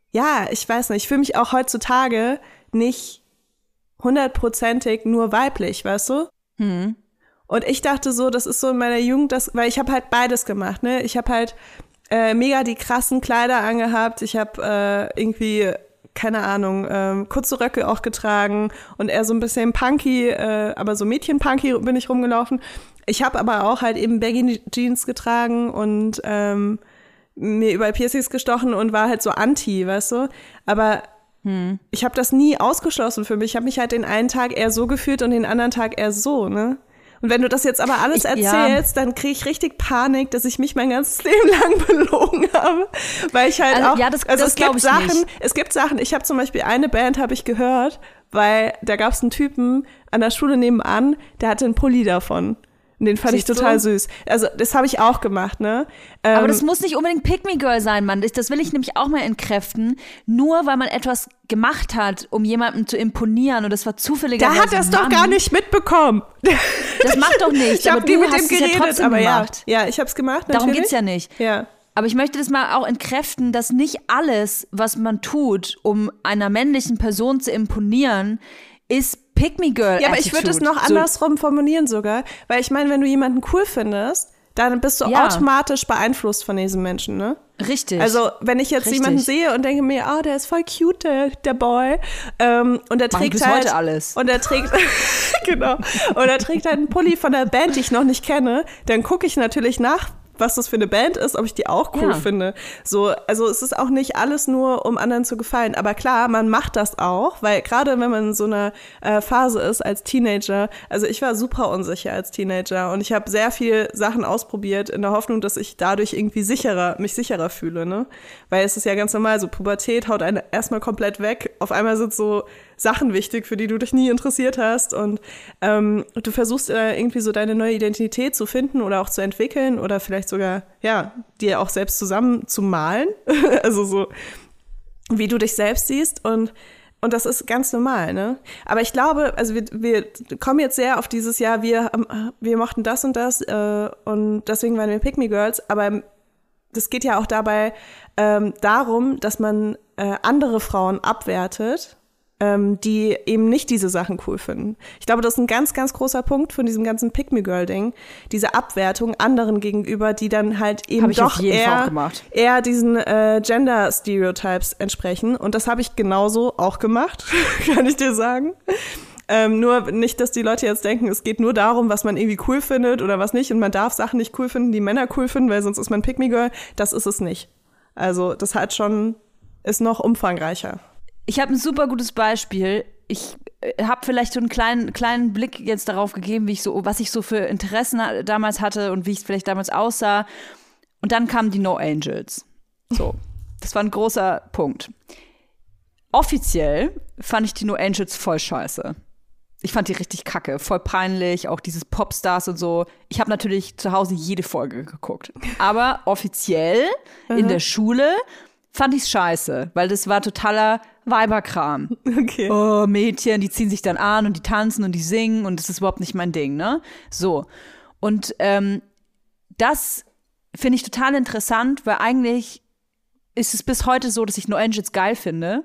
Speaker 1: ja, ich weiß nicht, ich fühle mich auch heutzutage nicht hundertprozentig nur weiblich, weißt du?
Speaker 2: Hm.
Speaker 1: Und ich dachte so, das ist so in meiner Jugend, das, weil ich habe halt beides gemacht, ne? Ich habe halt äh, mega die krassen Kleider angehabt, ich habe äh, irgendwie, keine Ahnung, ähm, kurze Röcke auch getragen und eher so ein bisschen punky, äh, aber so Mädchen-punky bin ich rumgelaufen. Ich habe aber auch halt eben Baggy-Jeans getragen und ähm, mir überall Piercings gestochen und war halt so anti, weißt du? Aber hm. ich habe das nie ausgeschlossen für mich. Ich habe mich halt den einen Tag eher so gefühlt und den anderen Tag eher so, ne? Und wenn du das jetzt aber alles ich, erzählst, ja. dann kriege ich richtig Panik, dass ich mich mein ganzes Leben lang belogen habe, weil ich halt
Speaker 2: also,
Speaker 1: auch,
Speaker 2: ja, das,
Speaker 1: also
Speaker 2: das
Speaker 1: es gibt Sachen,
Speaker 2: nicht.
Speaker 1: es gibt Sachen, ich habe zum Beispiel eine Band, habe ich gehört, weil da gab es einen Typen an der Schule nebenan, der hatte einen Pulli davon. Und den fand Siehst ich total du? süß. Also das habe ich auch gemacht, ne? Ähm,
Speaker 2: Aber das muss nicht unbedingt Pick-Me-Girl sein, Mann. Das will ich nämlich auch mal entkräften. Nur weil man etwas gemacht hat, um jemandem zu imponieren und das war zufälligerweise
Speaker 1: Der hat das doch gar nicht mitbekommen.
Speaker 2: Das macht doch nichts.
Speaker 1: Ich habe nie mit dem geredet,
Speaker 2: ja trotzdem
Speaker 1: aber
Speaker 2: gemacht.
Speaker 1: ja. Ja, ich habe es gemacht, natürlich.
Speaker 2: Darum geht's ja nicht.
Speaker 1: Ja.
Speaker 2: Aber ich möchte das mal auch entkräften, dass nicht alles, was man tut, um einer männlichen Person zu imponieren, ist Pick-Me-Girl-Attitude.
Speaker 1: Ja, aber ich würde es noch andersrum so. formulieren sogar. Weil ich meine, wenn du jemanden cool findest, dann bist du ja. automatisch beeinflusst von diesem Menschen, ne?
Speaker 2: Richtig.
Speaker 1: Also, wenn ich jetzt
Speaker 2: Richtig.
Speaker 1: jemanden sehe und denke mir, oh, der ist voll cute, der, der Boy. Ähm, und der trägt
Speaker 2: bis
Speaker 1: halt.
Speaker 2: heute alles.
Speaker 1: Und er trägt, genau. Und er trägt halt einen Pulli von einer Band, die ich noch nicht kenne. Dann gucke ich natürlich nach, was das für eine Band ist, ob ich die auch cool ja. finde. So, also es ist auch nicht alles nur, um anderen zu gefallen. Aber klar, man macht das auch, weil gerade wenn man in so einer äh, Phase ist als Teenager, also ich war super unsicher als Teenager und ich habe sehr viel Sachen ausprobiert in der Hoffnung, dass ich dadurch irgendwie sicherer, mich sicherer fühle, ne? Weil es ist ja ganz normal, so Pubertät haut einen erstmal komplett weg. Auf einmal sind so Sachen wichtig, für die du dich nie interessiert hast und ähm, du versuchst äh, irgendwie so deine neue Identität zu finden oder auch zu entwickeln oder vielleicht sogar, ja, dir auch selbst zusammen zu malen, also so, wie du dich selbst siehst und und das ist ganz normal, ne? Aber ich glaube, also wir, wir kommen jetzt sehr auf dieses Jahr, wir, wir mochten das und das äh, und deswegen waren wir Pick-Me-Girls, aber das geht ja auch dabei ähm, darum, dass man äh, andere Frauen abwertet, ähm, die eben nicht diese Sachen cool finden. Ich glaube, das ist ein ganz, ganz großer Punkt von diesem ganzen Pick-Me-Girl-Ding, diese Abwertung anderen gegenüber, die dann halt eben doch eher, eher diesen äh, Gender-Stereotypes entsprechen. Und das habe ich genauso auch gemacht, kann ich dir sagen. Ähm, nur nicht, dass die Leute jetzt denken, es geht nur darum, was man irgendwie cool findet oder was nicht. Und man darf Sachen nicht cool finden, die Männer cool finden, weil sonst ist man Pick-Me-Girl. Das ist es nicht. Also das hat schon, ist noch umfangreicher.
Speaker 2: Ich habe ein super gutes Beispiel. Ich äh, habe vielleicht so einen kleinen, kleinen Blick jetzt darauf gegeben, wie ich so, was ich so für Interessen damals hatte und wie ich vielleicht damals aussah. Und dann kamen die No Angels. So, das war ein großer Punkt. Offiziell fand ich die No Angels voll scheiße. Ich fand die richtig kacke, voll peinlich, auch dieses Popstars und so. Ich habe natürlich zu Hause jede Folge geguckt. Aber offiziell mhm. in der Schule fand ich's scheiße, weil das war totaler Weiberkram.
Speaker 1: Okay.
Speaker 2: Oh, Mädchen, die ziehen sich dann an und die tanzen und die singen und das ist überhaupt nicht mein Ding, ne? So. Und ähm, das finde ich total interessant, weil eigentlich ist es bis heute so, dass ich No Angels geil finde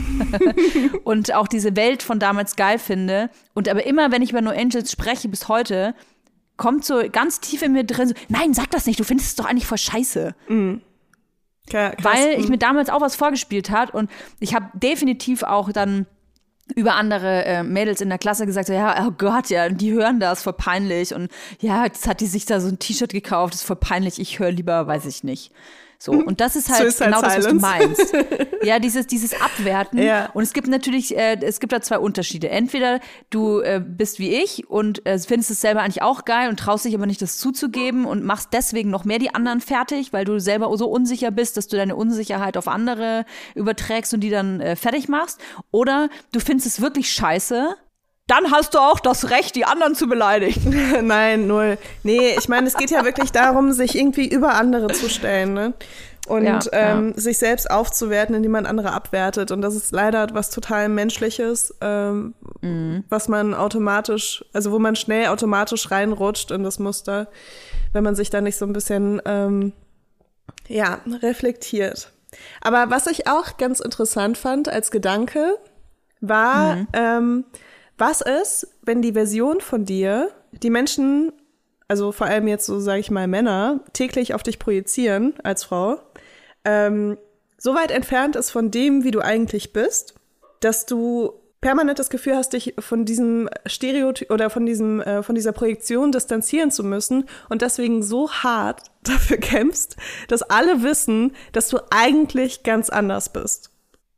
Speaker 2: und auch diese Welt von damals geil finde. Und aber immer, wenn ich über No Angels spreche, bis heute, kommt so ganz tief in mir drin so, nein, sag das nicht, du findest es doch eigentlich voll scheiße.
Speaker 1: Mhm. Krass.
Speaker 2: Weil ich mir damals auch was vorgespielt hat und ich habe definitiv auch dann über andere äh, Mädels in der Klasse gesagt, so, ja, oh Gott, ja, die hören das, voll peinlich und ja, jetzt hat die sich da so ein T-Shirt gekauft, das ist voll peinlich, ich höre lieber, weiß ich nicht. So, und das ist halt Suicide genau das, was du meinst. Ja, dieses, dieses Abwerten.
Speaker 1: Ja.
Speaker 2: Und es gibt natürlich, äh, es gibt da zwei Unterschiede. Entweder du äh, bist wie ich und äh, findest es selber eigentlich auch geil und traust dich aber nicht, das zuzugeben und machst deswegen noch mehr die anderen fertig, weil du selber so unsicher bist, dass du deine Unsicherheit auf andere überträgst und die dann äh, fertig machst. Oder du findest es wirklich scheiße. Dann hast du auch das Recht, die anderen zu beleidigen.
Speaker 1: Nein, null. Nee, ich meine, es geht ja wirklich darum, sich irgendwie über andere zu stellen, ne? Und
Speaker 2: ja,
Speaker 1: ähm,
Speaker 2: ja.
Speaker 1: sich selbst aufzuwerten, indem man andere abwertet. Und das ist leider was total Menschliches, ähm, mhm. was man automatisch, also wo man schnell automatisch reinrutscht in das Muster, wenn man sich da nicht so ein bisschen, ähm, ja, reflektiert. Aber was ich auch ganz interessant fand als Gedanke, war, mhm. ähm, was ist, wenn die Version von dir, die Menschen, also vor allem jetzt so, sage ich mal, Männer, täglich auf dich projizieren als Frau, ähm, so weit entfernt ist von dem, wie du eigentlich bist, dass du permanent das Gefühl hast, dich von diesem Stereotyp oder von diesem äh, von dieser Projektion distanzieren zu müssen und deswegen so hart dafür kämpfst, dass alle wissen, dass du eigentlich ganz anders bist.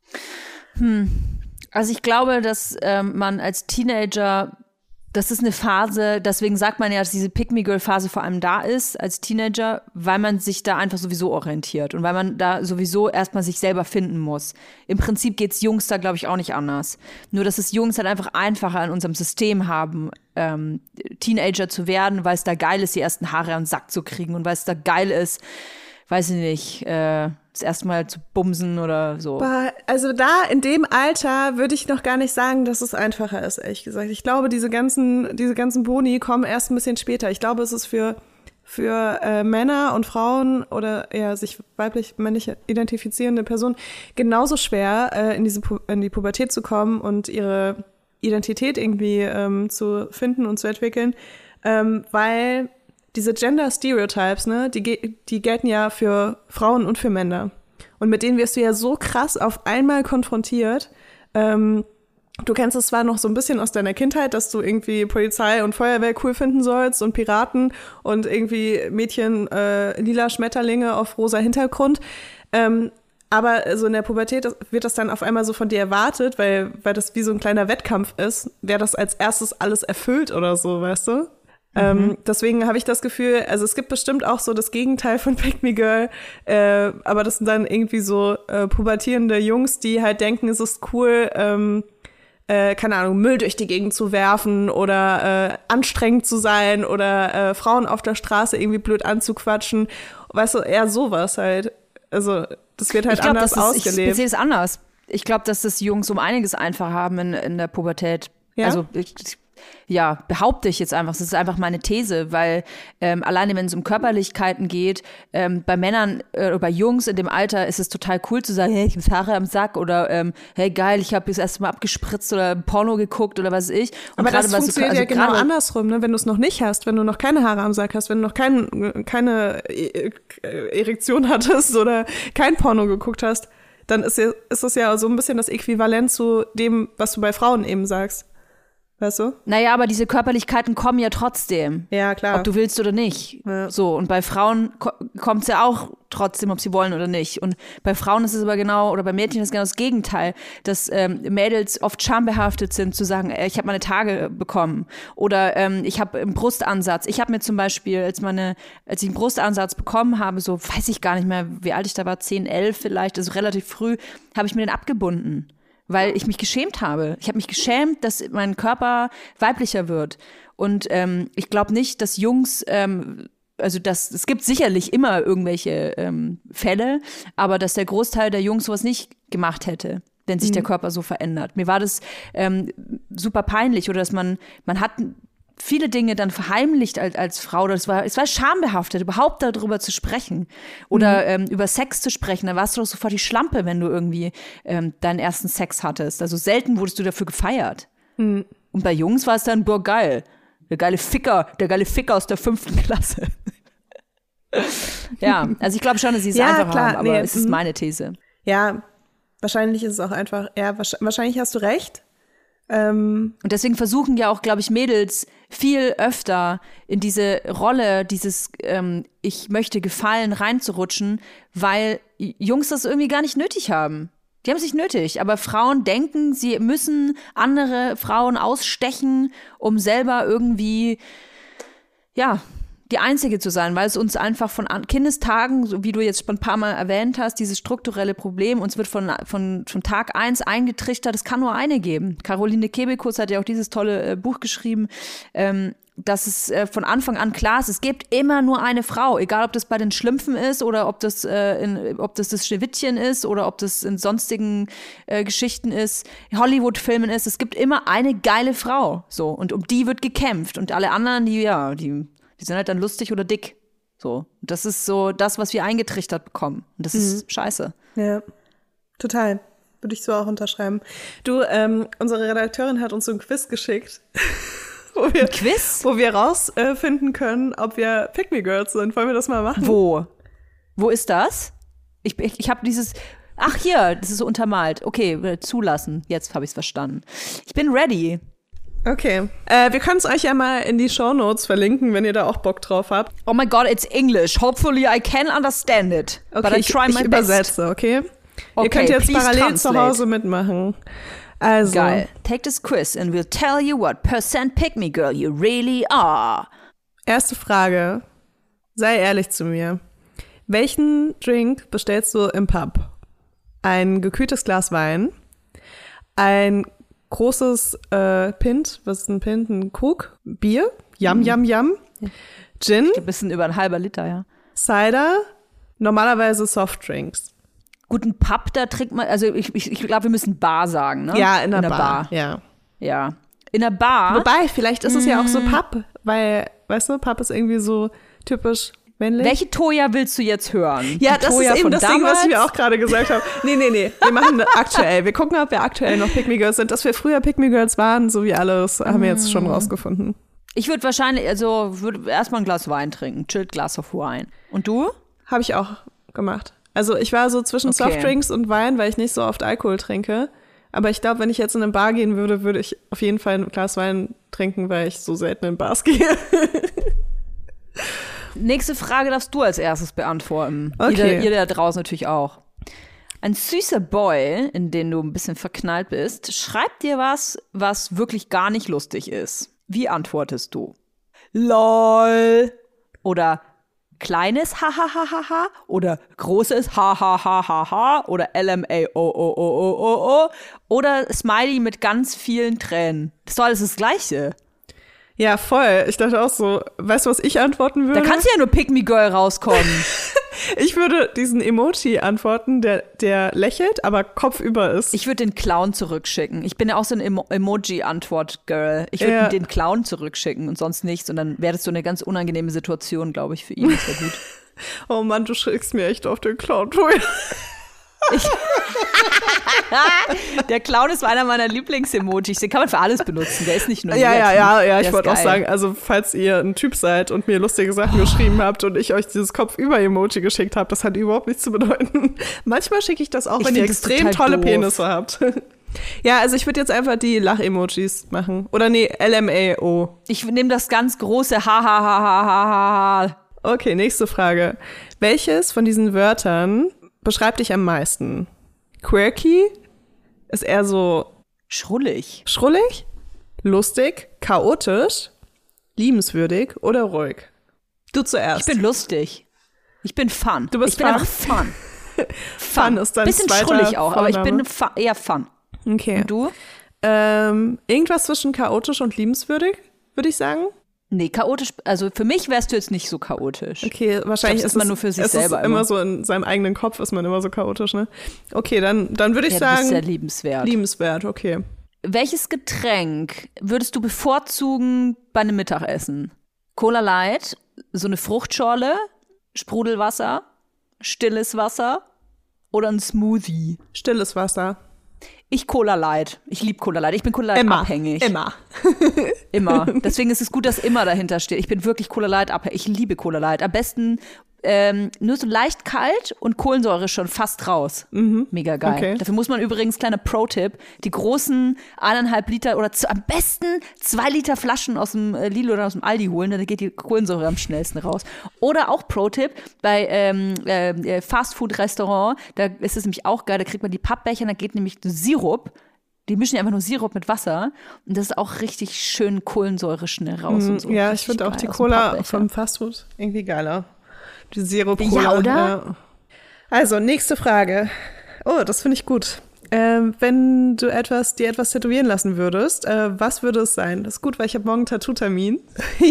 Speaker 2: Hm. Also ich glaube, dass ähm, man als Teenager, das ist eine Phase, deswegen sagt man ja, dass diese Pick-me-Girl-Phase vor allem da ist als Teenager, weil man sich da einfach sowieso orientiert und weil man da sowieso erstmal sich selber finden muss. Im Prinzip geht's Jungs da, glaube ich, auch nicht anders. Nur, dass es Jungs halt einfach einfacher in unserem System haben, ähm, Teenager zu werden, weil es da geil ist, die ersten Haare am Sack zu kriegen und weil es da geil ist, weiß ich nicht, äh, das erste Mal zu bumsen oder so.
Speaker 1: Also da in dem Alter würde ich noch gar nicht sagen, dass es einfacher ist, ehrlich gesagt. Ich glaube, diese ganzen, diese ganzen Boni kommen erst ein bisschen später. Ich glaube, es ist für, für äh, Männer und Frauen oder eher sich weiblich, männlich identifizierende Personen genauso schwer, äh, in diese Pu- in die Pubertät zu kommen und ihre Identität irgendwie ähm, zu finden und zu entwickeln, ähm, weil diese Gender-Stereotypes, ne, die, die gelten ja für Frauen und für Männer. Und mit denen wirst du ja so krass auf einmal konfrontiert. Ähm, du kennst es zwar noch so ein bisschen aus deiner Kindheit, dass du irgendwie Polizei und Feuerwehr cool finden sollst und Piraten und irgendwie Mädchen äh, lila Schmetterlinge auf rosa Hintergrund. Ähm, aber so in der Pubertät wird das dann auf einmal so von dir erwartet, weil, weil das wie so ein kleiner Wettkampf ist, wer das als erstes alles erfüllt oder so, weißt du? Mhm. Ähm, deswegen habe ich das Gefühl, also es gibt bestimmt auch so das Gegenteil von Pick Me Girl, äh, aber das sind dann irgendwie so äh, pubertierende Jungs, die halt denken, es ist cool, ähm, äh, keine Ahnung, Müll durch die Gegend zu werfen oder äh, anstrengend zu sein oder äh, Frauen auf der Straße irgendwie blöd anzuquatschen. Weißt du, eher sowas halt. Also das wird halt
Speaker 2: ich glaub,
Speaker 1: anders
Speaker 2: das ist,
Speaker 1: ausgelebt.
Speaker 2: Ich sehe es anders. Ich glaube, dass das Jungs um einiges einfacher haben in, in der Pubertät.
Speaker 1: Ja?
Speaker 2: Also ich, ja, behaupte ich jetzt einfach. Das ist einfach meine These, weil ähm, alleine wenn es um Körperlichkeiten geht, ähm, bei Männern äh, oder bei Jungs in dem Alter ist es total cool zu sagen, hey, ich habe Haare am Sack oder ähm, hey, geil, ich habe jetzt erst mal abgespritzt oder Porno geguckt oder was weiß ich. Und
Speaker 1: aber das funktioniert so, also ja genau
Speaker 2: grade,
Speaker 1: andersrum, ne? Wenn du es noch nicht hast, wenn du noch keine Haare am Sack hast, wenn du noch kein, keine Erektion hattest oder kein Porno geguckt hast, dann ist, ja, ist das ja so ein bisschen das Äquivalent zu dem, was du bei Frauen eben sagst. Weißt du?
Speaker 2: Naja, aber diese Körperlichkeiten kommen ja trotzdem.
Speaker 1: Ja, klar.
Speaker 2: Ob du willst oder nicht. Ja. So, und bei Frauen ko- kommt es ja auch trotzdem, ob sie wollen oder nicht. Und bei Frauen ist es aber genau, oder bei Mädchen ist es genau das Gegenteil, dass ähm, Mädels oft schambehaftet sind, zu sagen, äh, ich habe meine Tage bekommen. Oder ähm, ich habe einen Brustansatz. Ich habe mir zum Beispiel, als, meine, als ich einen Brustansatz bekommen habe, so weiß ich gar nicht mehr, wie alt ich da war, zehn, elf vielleicht, also relativ früh, habe ich mir den abgebunden. Weil ich mich geschämt habe. Ich habe mich geschämt, dass mein Körper weiblicher wird. Und ähm, ich glaube nicht, dass Jungs, ähm, also das, es gibt sicherlich immer irgendwelche ähm, Fälle, aber dass der Großteil der Jungs sowas nicht gemacht hätte, wenn sich mhm. der Körper so verändert. Mir war das ähm, super peinlich oder dass man, man hat viele Dinge dann verheimlicht als, als Frau. Das war, es war schambehaftet, überhaupt darüber zu sprechen oder mhm. ähm, über Sex zu sprechen. Da warst du doch sofort die Schlampe, wenn du irgendwie ähm, deinen ersten Sex hattest. Also selten wurdest du dafür gefeiert. Mhm. Und bei Jungs war es dann, boah, geil. Der geile Ficker, der geile Ficker aus der fünften Klasse. Ja, also ich glaube schon, dass sie es
Speaker 1: ja,
Speaker 2: einfacher
Speaker 1: klar,
Speaker 2: haben, aber
Speaker 1: nee,
Speaker 2: es ist meine These.
Speaker 1: Ja, wahrscheinlich ist es auch einfach, ja, wahrscheinlich hast du recht. Ähm,
Speaker 2: und deswegen versuchen ja auch, glaube ich, Mädels viel öfter in diese Rolle, dieses ähm, ich möchte gefallen reinzurutschen, weil Jungs das irgendwie gar nicht nötig haben. Die haben es nicht nötig, aber Frauen denken, sie müssen andere Frauen ausstechen, um selber irgendwie, ja, die Einzige zu sein, weil es uns einfach von Kindestagen, so wie du jetzt schon ein paar Mal erwähnt hast, dieses strukturelle Problem, uns wird von, von, von Tag eins eingetrichtert, es kann nur eine geben. Caroline Kebekus hat ja auch dieses tolle äh, Buch geschrieben, ähm, dass es äh, von Anfang an klar ist, es gibt immer nur eine Frau, egal ob das bei den Schlümpfen ist oder ob das, äh, in, ob das das Schneewittchen ist oder ob das in sonstigen äh, Geschichten ist, Hollywood-Filmen ist, es gibt immer eine geile Frau, so, und um die wird gekämpft und alle anderen, die, ja, die Die sind halt dann lustig oder dick. So, das ist so das, was wir eingetrichtert bekommen. Und das mhm. ist scheiße.
Speaker 1: Ja, total. Würde ich so auch unterschreiben. Du, ähm, unsere Redakteurin hat uns so ein Quiz geschickt. wo wir,
Speaker 2: ein Quiz?
Speaker 1: Wo wir rausfinden äh, können, ob wir Pick Me Girls sind. Wollen wir das mal machen?
Speaker 2: Wo? Wo ist das? Ich, ich, ich habe dieses... Ach, hier, das ist so untermalt. Okay, zulassen. Jetzt habe ich es verstanden. Ich bin ready.
Speaker 1: Okay. Äh, wir können es euch ja mal in die Shownotes verlinken, wenn ihr da auch Bock drauf habt.
Speaker 2: Oh my God, it's English. Hopefully I can understand it.
Speaker 1: Okay,
Speaker 2: but I try
Speaker 1: ich,
Speaker 2: my
Speaker 1: ich übersetze,
Speaker 2: best.
Speaker 1: okay?
Speaker 2: Okay,
Speaker 1: ihr könnt jetzt parallel
Speaker 2: translate.
Speaker 1: zu Hause mitmachen. Also.
Speaker 2: Geil. Take this quiz and we'll tell you what percent pick-me girl you really are.
Speaker 1: Erste Frage. Sei ehrlich zu mir. Welchen Drink bestellst du im Pub? Ein gekühltes Glas Wein, ein großes äh, Pint, was ist ein Pint? Ein Krug, Bier, Yum, mhm. Yum, Yum, Gin.
Speaker 2: Ein bisschen über ein halber Liter, ja.
Speaker 1: Cider, normalerweise Softdrinks.
Speaker 2: Gut, ein Pub, da trinkt man, also ich, ich, ich glaube, wir müssen Bar sagen, ne?
Speaker 1: Ja, in der,
Speaker 2: in der
Speaker 1: Bar.
Speaker 2: Bar.
Speaker 1: Ja.
Speaker 2: Ja. In der Bar.
Speaker 1: Wobei, vielleicht ist es ja auch so Pub, weil, weißt du, Pub ist irgendwie so typisch männlich.
Speaker 2: Welche Toya willst du jetzt hören?
Speaker 1: Ja,
Speaker 2: die
Speaker 1: das
Speaker 2: Toya
Speaker 1: ist eben das
Speaker 2: damals?
Speaker 1: Ding, was ich mir auch gerade gesagt habe. Nee, nee, nee, wir machen aktuell. Wir gucken, ob wir aktuell noch Pick Me Girls sind. Dass wir früher Pick Me Girls waren, so wie alles, haben wir jetzt schon rausgefunden.
Speaker 2: Ich würde wahrscheinlich, also würde erstmal ein Glas Wein trinken. Chilled Glass of Wine. Und du?
Speaker 1: Habe ich auch gemacht. Also ich war so zwischen
Speaker 2: Okay.
Speaker 1: Softdrinks und Wein, weil ich nicht so oft Alkohol trinke. Aber ich glaube, wenn ich jetzt in eine Bar gehen würde, würde ich auf jeden Fall ein Glas Wein trinken, weil ich so selten in Bars gehe.
Speaker 2: Nächste Frage darfst du als erstes beantworten.
Speaker 1: Okay.
Speaker 2: Ihr, ihr da draußen natürlich auch. Ein süßer Boy, in den du ein bisschen verknallt bist, schreibt dir was, was wirklich gar nicht lustig ist. Wie antwortest du? LOL. Oder kleines Hahaha oder großes Hahaha oder L M A O O O O O O oder Smiley mit ganz vielen Tränen. Das ist doch alles das Gleiche.
Speaker 1: Ja, voll. Ich dachte auch so, weißt du, was ich antworten würde?
Speaker 2: Da kannst du ja nur Pick Me Girl rauskommen.
Speaker 1: Ich würde diesen Emoji antworten, der, der lächelt, aber kopfüber ist.
Speaker 2: Ich würde den Clown zurückschicken. Ich bin ja auch so ein Emo- Emoji-Antwort-Girl. Ich würde
Speaker 1: Ja.
Speaker 2: den Clown zurückschicken und sonst nichts. Und dann wäre das so eine ganz unangenehme Situation, glaube ich, für ihn. Das wäre gut.
Speaker 1: Oh Mann, du schickst mir echt auf den Clown, Toya.
Speaker 2: Ich Der Clown ist einer meiner Lieblings-Emojis. Den kann man für alles benutzen. Der ist nicht nur
Speaker 1: Ja, ja, ja, ja, ich
Speaker 2: Der
Speaker 1: wollte
Speaker 2: ist
Speaker 1: auch
Speaker 2: geil.
Speaker 1: sagen, also falls ihr ein Typ seid und mir lustige Sachen geschrieben habt und ich euch dieses Kopfüber-Emoji geschickt habe, das hat überhaupt nichts zu bedeuten. Manchmal schicke ich das auch,
Speaker 2: Ich
Speaker 1: wenn ihr
Speaker 2: find das
Speaker 1: extrem
Speaker 2: total
Speaker 1: tolle
Speaker 2: doof.
Speaker 1: Penisse habt. Ja, also ich würde jetzt einfach die Lach-Emojis machen. Oder nee, L M A O.
Speaker 2: Ich nehme das ganz große Ha, ha, ha, ha, ha, ha.
Speaker 1: Okay, nächste Frage. Welches von diesen Wörtern beschreibt dich am meisten? Quirky? Ist eher so
Speaker 2: Schrullig.
Speaker 1: schrullig, lustig, chaotisch, liebenswürdig oder ruhig? Du zuerst.
Speaker 2: Ich bin lustig. Ich bin fun.
Speaker 1: Du bist
Speaker 2: ich bin
Speaker 1: fun?
Speaker 2: einfach fun.
Speaker 1: Fun ist dein
Speaker 2: Bisschen
Speaker 1: zweiter
Speaker 2: schrullig auch, aber ich
Speaker 1: Vorname.
Speaker 2: bin fu- eher fun.
Speaker 1: Okay.
Speaker 2: Und du?
Speaker 1: Ähm, irgendwas zwischen chaotisch und liebenswürdig, würde ich sagen.
Speaker 2: Nee, chaotisch, also für mich wärst du jetzt nicht so chaotisch.
Speaker 1: Okay, wahrscheinlich
Speaker 2: Ich glaub, das
Speaker 1: ist
Speaker 2: ist man
Speaker 1: es,
Speaker 2: nur für sich
Speaker 1: es
Speaker 2: selber
Speaker 1: ist immer
Speaker 2: immer.
Speaker 1: so in seinem eigenen Kopf ist man immer so chaotisch, ne? Okay, dann, dann würde ich
Speaker 2: Ja, du bist
Speaker 1: sagen,
Speaker 2: sehr liebenswert.
Speaker 1: liebenswert, okay.
Speaker 2: Welches Getränk würdest du bevorzugen bei einem Mittagessen? Cola Light, so eine Fruchtschorle, Sprudelwasser, stilles Wasser oder ein Smoothie?
Speaker 1: Stilles Wasser.
Speaker 2: Ich Cola Light. Ich liebe Cola Light. Ich bin Cola Light
Speaker 1: Immer.
Speaker 2: abhängig.
Speaker 1: Immer.
Speaker 2: Immer. Deswegen ist es gut, dass immer dahinter steht. Ich bin wirklich Cola Light abhängig. Ich liebe Cola Light. Am besten ähm, nur so leicht kalt und Kohlensäure schon fast raus. Mhm. Mega geil.
Speaker 1: Okay.
Speaker 2: Dafür muss man übrigens, kleiner Pro-Tipp, die großen eineinhalb Liter oder zu, am besten zwei Liter Flaschen aus dem äh, Lidl oder aus dem Aldi holen, dann geht die Kohlensäure am schnellsten raus. Oder auch Pro-Tipp, bei ähm, äh, Fastfood-Restaurant, da ist es nämlich auch geil, da kriegt man die Pappbecher, da geht nämlich Sirup. Die mischen ja einfach nur Sirup mit Wasser und das ist auch richtig schön Kohlensäure schnell raus und so.
Speaker 1: Ja, ich
Speaker 2: Richtig
Speaker 1: finde auch
Speaker 2: geil
Speaker 1: die
Speaker 2: aus dem
Speaker 1: Cola
Speaker 2: Pappbecher.
Speaker 1: vom Fastfood irgendwie geiler. Die Zero-Cola.
Speaker 2: Ja, oder?
Speaker 1: Ja. Also, nächste Frage. Oh, das finde ich gut. Ähm, wenn du etwas, dir etwas tätowieren lassen würdest, äh, was würde es sein? Das ist gut, weil ich habe morgen einen Tattoo-Termin.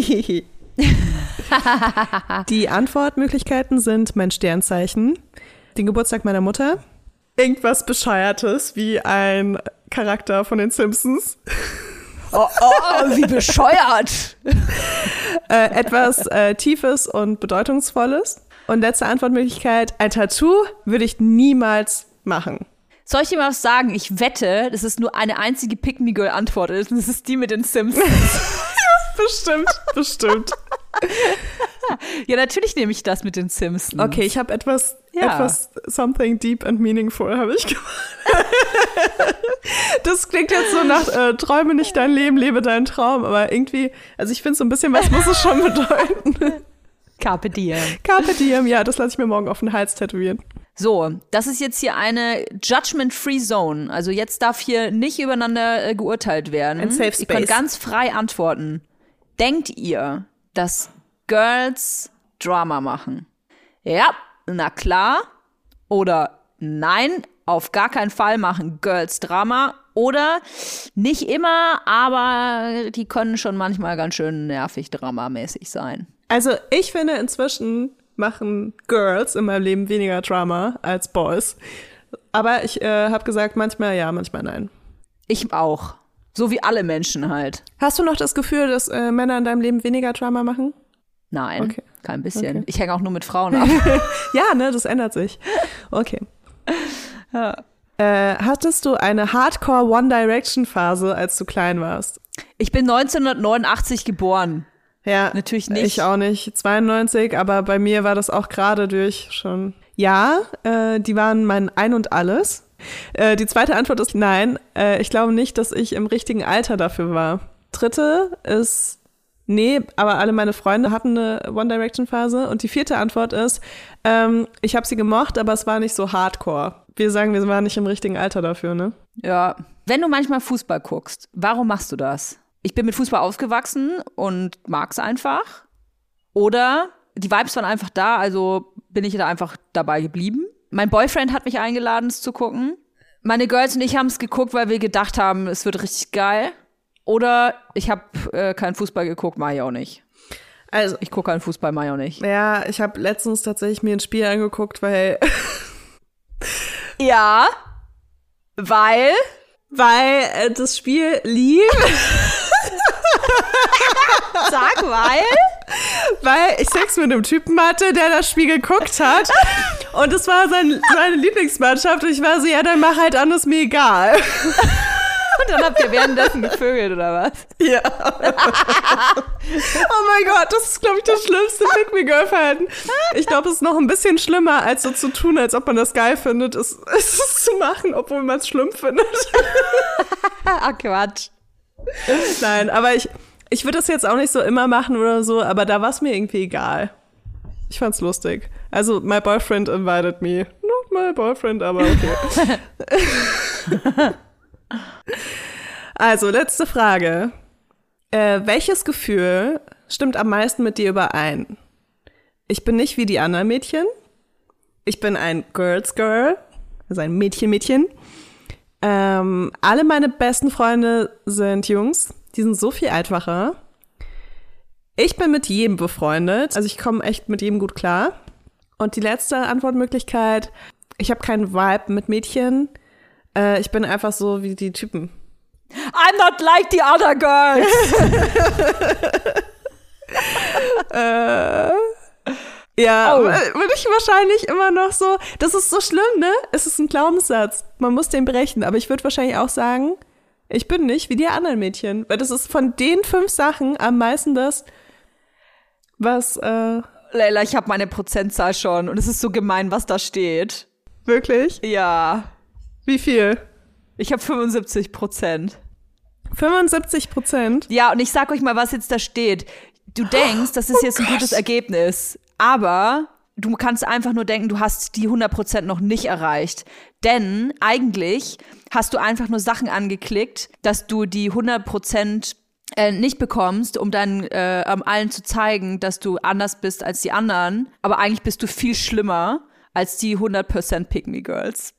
Speaker 1: Die Antwortmöglichkeiten sind mein Sternzeichen, den Geburtstag meiner Mutter, irgendwas Bescheuertes wie ein Charakter von den Simpsons
Speaker 2: Oh, oh, wie bescheuert.
Speaker 1: äh, etwas äh, Tiefes und Bedeutungsvolles. Und letzte Antwortmöglichkeit, ein Tattoo würde ich niemals machen.
Speaker 2: Soll ich dir mal was sagen? Ich wette, dass es nur eine einzige Pick-Me-Girl-Antwort ist. Und das ist die mit den Simpsons.
Speaker 1: Bestimmt, bestimmt.
Speaker 2: Ja, natürlich nehme ich das mit den Simpsons.
Speaker 1: Okay, ich habe etwas,
Speaker 2: Ja.
Speaker 1: etwas something deep and meaningful habe ich gemacht. Das klingt jetzt so nach äh, träume nicht dein Leben, lebe deinen Traum. Aber irgendwie, also ich finde so ein bisschen, was muss es schon bedeuten?
Speaker 2: Carpe diem.
Speaker 1: Carpe diem, ja, das lasse ich mir morgen auf den Hals tätowieren.
Speaker 2: So, das ist jetzt hier eine Judgment-Free Zone. Also jetzt darf hier nicht übereinander äh, geurteilt werden.
Speaker 1: Ein Safe
Speaker 2: Ihr
Speaker 1: Space.
Speaker 2: könnt ganz frei antworten. Denkt ihr, dass Girls Drama machen? Ja, na klar. Oder nein, auf gar keinen Fall machen Girls Drama. Oder nicht immer, aber die können schon manchmal ganz schön nervig dramamäßig sein.
Speaker 1: Also ich finde, inzwischen machen Girls in meinem Leben weniger Drama als Boys. Aber ich äh, habe gesagt, manchmal ja, manchmal nein.
Speaker 2: Ich auch. So wie alle Menschen halt.
Speaker 1: Hast du noch das Gefühl, dass äh, Männer in deinem Leben weniger Drama machen?
Speaker 2: Nein,
Speaker 1: Okay.
Speaker 2: kein bisschen.
Speaker 1: Okay.
Speaker 2: Ich hänge auch nur mit Frauen ab.
Speaker 1: Ja, ne, das ändert sich. Okay. Äh, hattest du eine Hardcore One Direction Phase, als du klein warst?
Speaker 2: Ich bin neunzehnhundertneunundachtzig geboren.
Speaker 1: Ja,
Speaker 2: Natürlich nicht.
Speaker 1: Ich auch nicht. zweiundneunzig, aber bei mir war das auch gerade durch schon. Ja, äh, die waren mein Ein und Alles. Äh, die zweite Antwort ist nein. Äh, ich glaube nicht, dass ich im richtigen Alter dafür war. Dritte ist nee, aber alle meine Freunde hatten eine One Direction Phase. Und die vierte Antwort ist, ähm, ich habe sie gemocht, aber es war nicht so hardcore. Wir sagen, wir waren nicht im richtigen Alter dafür, ne?
Speaker 2: Ja. Wenn du manchmal Fußball guckst, warum machst du das? Ich bin mit Fußball aufgewachsen und mag's einfach. Oder die Vibes waren einfach da, also bin ich da einfach dabei geblieben. Mein Boyfriend hat mich eingeladen, es zu gucken. Meine Girls und ich haben es geguckt, weil wir gedacht haben, es wird richtig geil. Oder ich habe äh, keinen Fußball geguckt, mach ich auch nicht.
Speaker 1: Also,
Speaker 2: Ich gucke keinen Fußball, mach ich auch nicht.
Speaker 1: ja, ich habe letztens tatsächlich mir ein Spiel angeguckt, weil
Speaker 2: Ja, weil
Speaker 1: weil äh, das Spiel lief,
Speaker 2: Sag weil.
Speaker 1: weil ich Sex mit einem Typen hatte, der das Spiel geguckt hat. Und es war sein, seine Lieblingsmannschaft. Und ich war so, ja, dann mach halt an, ist mir egal.
Speaker 2: Und dann habt ihr währenddessen gevögelt, oder was?
Speaker 1: Ja. Oh mein Gott, das ist, glaube ich, das schlimmste Pick-Me-Girl-Verhalten. Ich glaube, es ist noch ein bisschen schlimmer, als so zu tun, als ob man das geil findet, ist, ist es zu machen, obwohl man es schlimm findet.
Speaker 2: Ah, Quatsch.
Speaker 1: Nein, aber ich, ich würde das jetzt auch nicht so immer machen oder so, aber da war es mir irgendwie egal. Ich fand's lustig. Also, my boyfriend invited me. Not my boyfriend, aber okay. Also, letzte Frage. Äh, welches Gefühl stimmt am meisten mit dir überein? Ich bin nicht wie die anderen Mädchen. Ich bin ein Girls Girl, also ein Mädchen-Mädchen. Ähm, alle meine besten Freunde sind Jungs. Die sind so viel einfacher. Ich bin mit jedem befreundet. Also ich komme echt mit jedem gut klar. Und die letzte Antwortmöglichkeit, ich habe keinen Vibe mit Mädchen. Äh, ich bin einfach so wie die Typen.
Speaker 2: I'm not like the other girls.
Speaker 1: äh, ja,
Speaker 2: Oh.
Speaker 1: würde ich wahrscheinlich immer noch so, das ist so schlimm, ne? Es ist ein Glaubenssatz. Man muss den brechen. Aber ich würde wahrscheinlich auch sagen, ich bin nicht wie die anderen Mädchen. Weil das ist von den fünf Sachen am meisten das, was äh,
Speaker 2: Leila, ich habe meine Prozentzahl schon und es ist so gemein, was da steht.
Speaker 1: wirklich.
Speaker 2: Ja,
Speaker 1: Wie viel?
Speaker 2: ich habe fünfundsiebzig Prozent.
Speaker 1: fünfundsiebzig Prozent?
Speaker 2: Ja, und ich sag euch mal, was jetzt da steht. Du denkst, das ist jetzt ein gutes Ergebnis, aber du kannst einfach nur denken, du hast die hundert Prozent noch nicht erreicht. Denn eigentlich hast du einfach nur Sachen angeklickt, dass du die hundert Prozent äh, nicht bekommst, um dann äh, um allen zu zeigen, dass du anders bist als die anderen. Aber eigentlich bist du viel schlimmer als die hundert Prozent Pick-Me-Girls.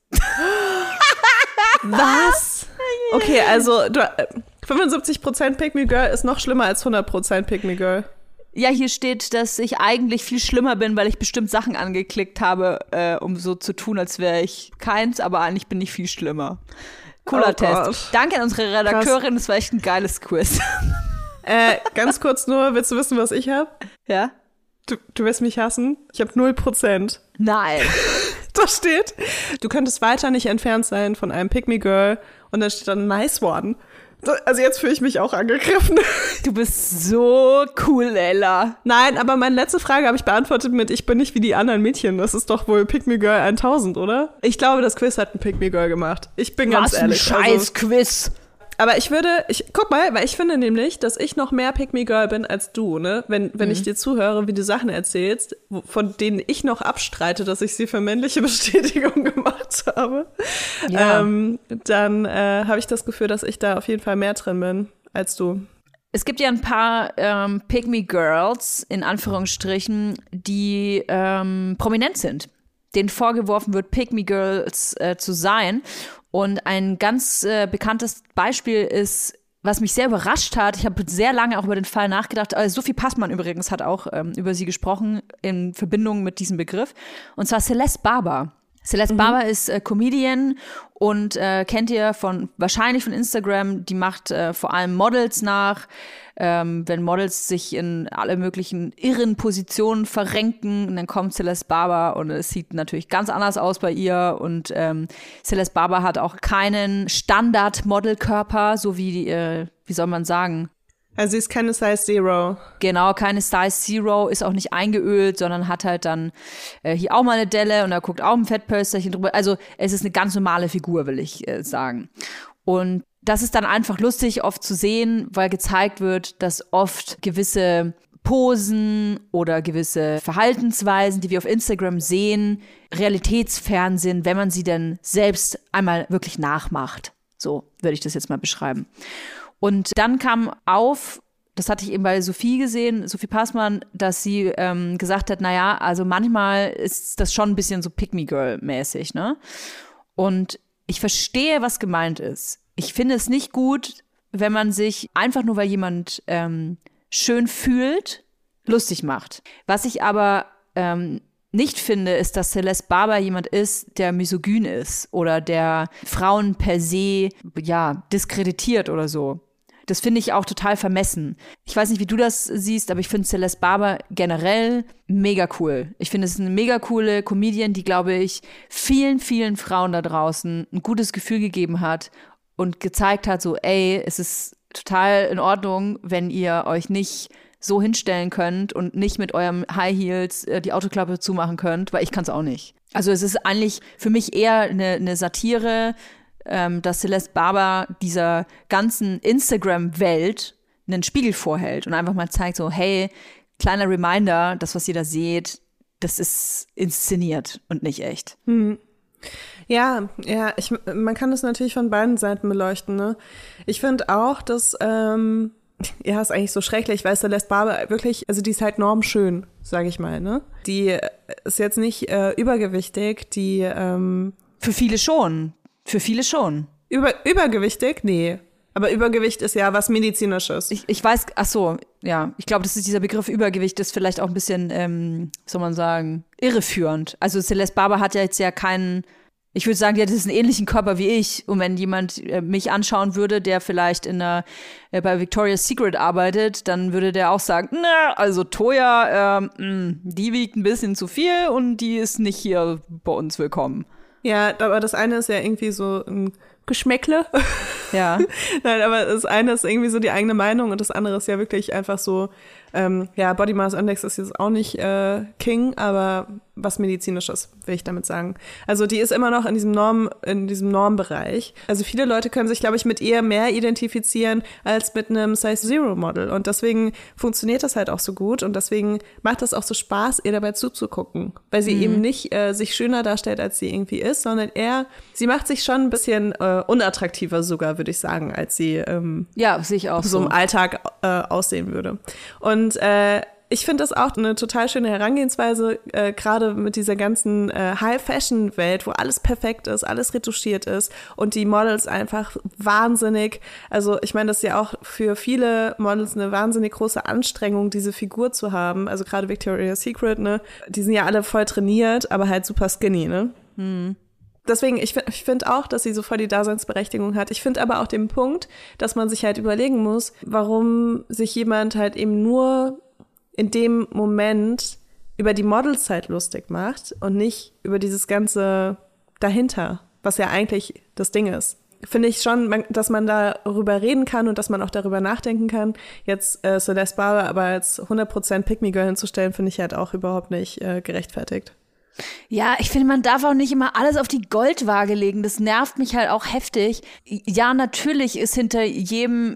Speaker 1: Was? Okay, also du, äh, fünfundsiebzig Prozent Pick-Me-Girl ist noch schlimmer als hundert Prozent Pick-Me-Girl.
Speaker 2: Ja, hier steht, dass ich eigentlich viel schlimmer bin, weil ich bestimmt Sachen angeklickt habe, äh, um so zu tun, als wäre ich keins, aber eigentlich bin ich viel schlimmer. Cooler
Speaker 1: Oh
Speaker 2: Test.
Speaker 1: Gott.
Speaker 2: Danke an unsere Redakteurin, das war echt ein geiles Quiz.
Speaker 1: Äh, ganz kurz nur, willst du wissen, was ich habe?
Speaker 2: Ja?
Speaker 1: Du, du wirst mich hassen. Ich habe null Prozent.
Speaker 2: Nein.
Speaker 1: Da steht, du könntest weiter nicht entfernt sein von einem Pick-me-Girl. Und dann steht dann nice one. Also jetzt fühle ich mich auch angegriffen.
Speaker 2: Du bist so cool, Ella.
Speaker 1: Nein, aber meine letzte Frage habe ich beantwortet mit, ich bin nicht wie die anderen Mädchen. Das ist doch wohl Pick-me-Girl tausend, oder? Ich glaube, das Quiz hat ein Pick-me-Girl gemacht. Ich bin ganz
Speaker 2: Was
Speaker 1: ehrlich.
Speaker 2: ein scheiß Quiz.
Speaker 1: Aber ich würde, ich guck mal, weil ich finde nämlich, dass ich noch mehr Pick-me-Girl bin als du, ne? Wenn, wenn mhm. ich dir zuhöre, wie du Sachen erzählst, wo, von denen ich noch abstreite, dass ich sie für männliche Bestätigung gemacht habe,
Speaker 2: ja.
Speaker 1: ähm, dann äh, habe ich das Gefühl, dass ich da auf jeden Fall mehr drin bin als du.
Speaker 2: Es gibt ja ein paar ähm, Pick-me-Girls, in Anführungsstrichen, die ähm, prominent sind, denen vorgeworfen wird, Pick-me-Girls äh, zu sein. Und ein ganz äh, bekanntes Beispiel ist, was mich sehr überrascht hat, ich habe sehr lange auch über den Fall nachgedacht, also Sophie Passmann übrigens hat auch ähm, über sie gesprochen in Verbindung mit diesem Begriff, und zwar Celeste Barber. Celeste mhm. Barber ist äh, Comedian und äh, kennt ihr von wahrscheinlich von Instagram, die macht äh, vor allem Models nach, ähm, wenn Models sich in alle möglichen irren Positionen verrenken, und dann kommt Celeste Barber und es sieht natürlich ganz anders aus bei ihr, und ähm, Celeste Barber hat auch keinen Standard-Modelkörper, so wie, äh, wie soll man sagen,
Speaker 1: also sie ist keine Size Zero.
Speaker 2: Genau, keine Size Zero, ist auch nicht eingeölt, sondern hat halt dann äh, hier auch mal eine Delle und da guckt auch ein Fettpölsterchen drüber. Also es ist eine ganz normale Figur, will ich äh, sagen. Und das ist dann einfach lustig oft zu sehen, weil gezeigt wird, dass oft gewisse Posen oder gewisse Verhaltensweisen, die wir auf Instagram sehen, realitätsfern sind, wenn man sie denn selbst einmal wirklich nachmacht. So würde ich das jetzt mal beschreiben. Und dann kam auf, das hatte ich eben bei Sophie gesehen, Sophie Passmann, dass sie ähm, gesagt hat, naja, also manchmal ist das schon ein bisschen so Pick-me-Girl-mäßig, ne? Und ich verstehe, was gemeint ist. Ich finde es nicht gut, wenn man sich einfach nur, weil jemand ähm, schön fühlt, lustig macht. Was ich aber ähm, nicht finde, ist, dass Celeste Barber jemand ist, der misogyn ist oder der Frauen per se, ja, diskreditiert oder so. Das finde ich auch total vermessen. Ich weiß nicht, wie du das siehst, aber ich finde Celeste Barber generell mega cool. Ich finde, es ist eine mega coole Comedian, die, glaube ich, vielen, vielen Frauen da draußen ein gutes Gefühl gegeben hat und gezeigt hat, so, ey, es ist total in Ordnung, wenn ihr euch nicht so hinstellen könnt und nicht mit eurem High Heels äh, die Autoklappe zumachen könnt, weil ich kann es auch nicht. Also es ist eigentlich für mich eher eine, eine Satire, ähm, dass Celeste Barber dieser ganzen Instagram-Welt einen Spiegel vorhält und einfach mal zeigt so, hey, kleiner Reminder, das, was ihr da seht, das ist inszeniert und nicht echt.
Speaker 1: Hm. Ja, ja, ich, man kann das natürlich von beiden Seiten beleuchten, ne? Ich finde auch, dass ähm ja, ist eigentlich so schrecklich, weil Celeste Barber wirklich, also die ist halt normschön, sage ich mal, ne? Die ist jetzt nicht äh, übergewichtig, die ähm
Speaker 2: Für viele schon. Für viele schon.
Speaker 1: Über, übergewichtig? Nee. Aber Übergewicht ist ja was Medizinisches.
Speaker 2: Ich, ich weiß, ach so, ja. Ich glaube, das ist dieser Begriff Übergewicht ist vielleicht auch ein bisschen, ähm, wie soll man sagen, irreführend. Also Celeste Barber hat ja jetzt ja keinen, ich würde sagen, die hat jetzt einen ähnlichen Körper wie ich. Und wenn jemand äh, mich anschauen würde, der vielleicht in der, äh, bei Victoria's Secret arbeitet, dann würde der auch sagen, na, also Toya, ähm, mh, die wiegt ein bisschen zu viel und die ist nicht hier bei uns willkommen.
Speaker 1: Ja, aber das eine ist ja irgendwie so ein Geschmäckle.
Speaker 2: Ja.
Speaker 1: Nein, aber das eine ist irgendwie so die eigene Meinung und das andere ist ja wirklich einfach so, ähm, ja, Body Mass Index ist jetzt auch nicht äh, King, aber was Medizinisches, will ich damit sagen. Also die ist immer noch in diesem Norm, in diesem Normbereich. Also viele Leute können sich, glaube ich, mit ihr mehr identifizieren als mit einem Size Zero Model und deswegen funktioniert das halt auch so gut und deswegen macht das auch so Spaß, ihr dabei zuzugucken, weil sie mhm. eben nicht äh, sich schöner darstellt, als sie irgendwie ist, sondern eher, sie macht sich schon ein bisschen äh, unattraktiver sogar, würde ich sagen, als sie ähm,
Speaker 2: ja, sehe ich auch
Speaker 1: so im Alltag äh, aussehen würde. Und äh, ich finde das auch eine total schöne Herangehensweise, äh, gerade mit dieser ganzen äh, High-Fashion-Welt, wo alles perfekt ist, alles retuschiert ist und die Models einfach wahnsinnig, also ich meine, das ist ja auch für viele Models eine wahnsinnig große Anstrengung, diese Figur zu haben, also gerade Victoria's Secret, ne, die sind ja alle voll trainiert, aber halt super skinny, ne?
Speaker 2: Hm.
Speaker 1: Deswegen, ich, ich finde auch, dass sie so voll die Daseinsberechtigung hat. Ich finde aber auch den Punkt, dass man sich halt überlegen muss, warum sich jemand halt eben nur in dem Moment über die Models halt lustig macht und nicht über dieses ganze dahinter, was ja eigentlich das Ding ist. Finde ich schon, dass man darüber reden kann und dass man auch darüber nachdenken kann. Jetzt äh, Celeste Barber aber als hundert Prozent Pick-Me-Girl hinzustellen, finde ich halt auch überhaupt nicht äh, gerechtfertigt.
Speaker 2: Ja, ich finde, man darf auch nicht immer alles auf die Goldwaage legen. Das nervt mich halt auch heftig. Ja, natürlich ist hinter jedem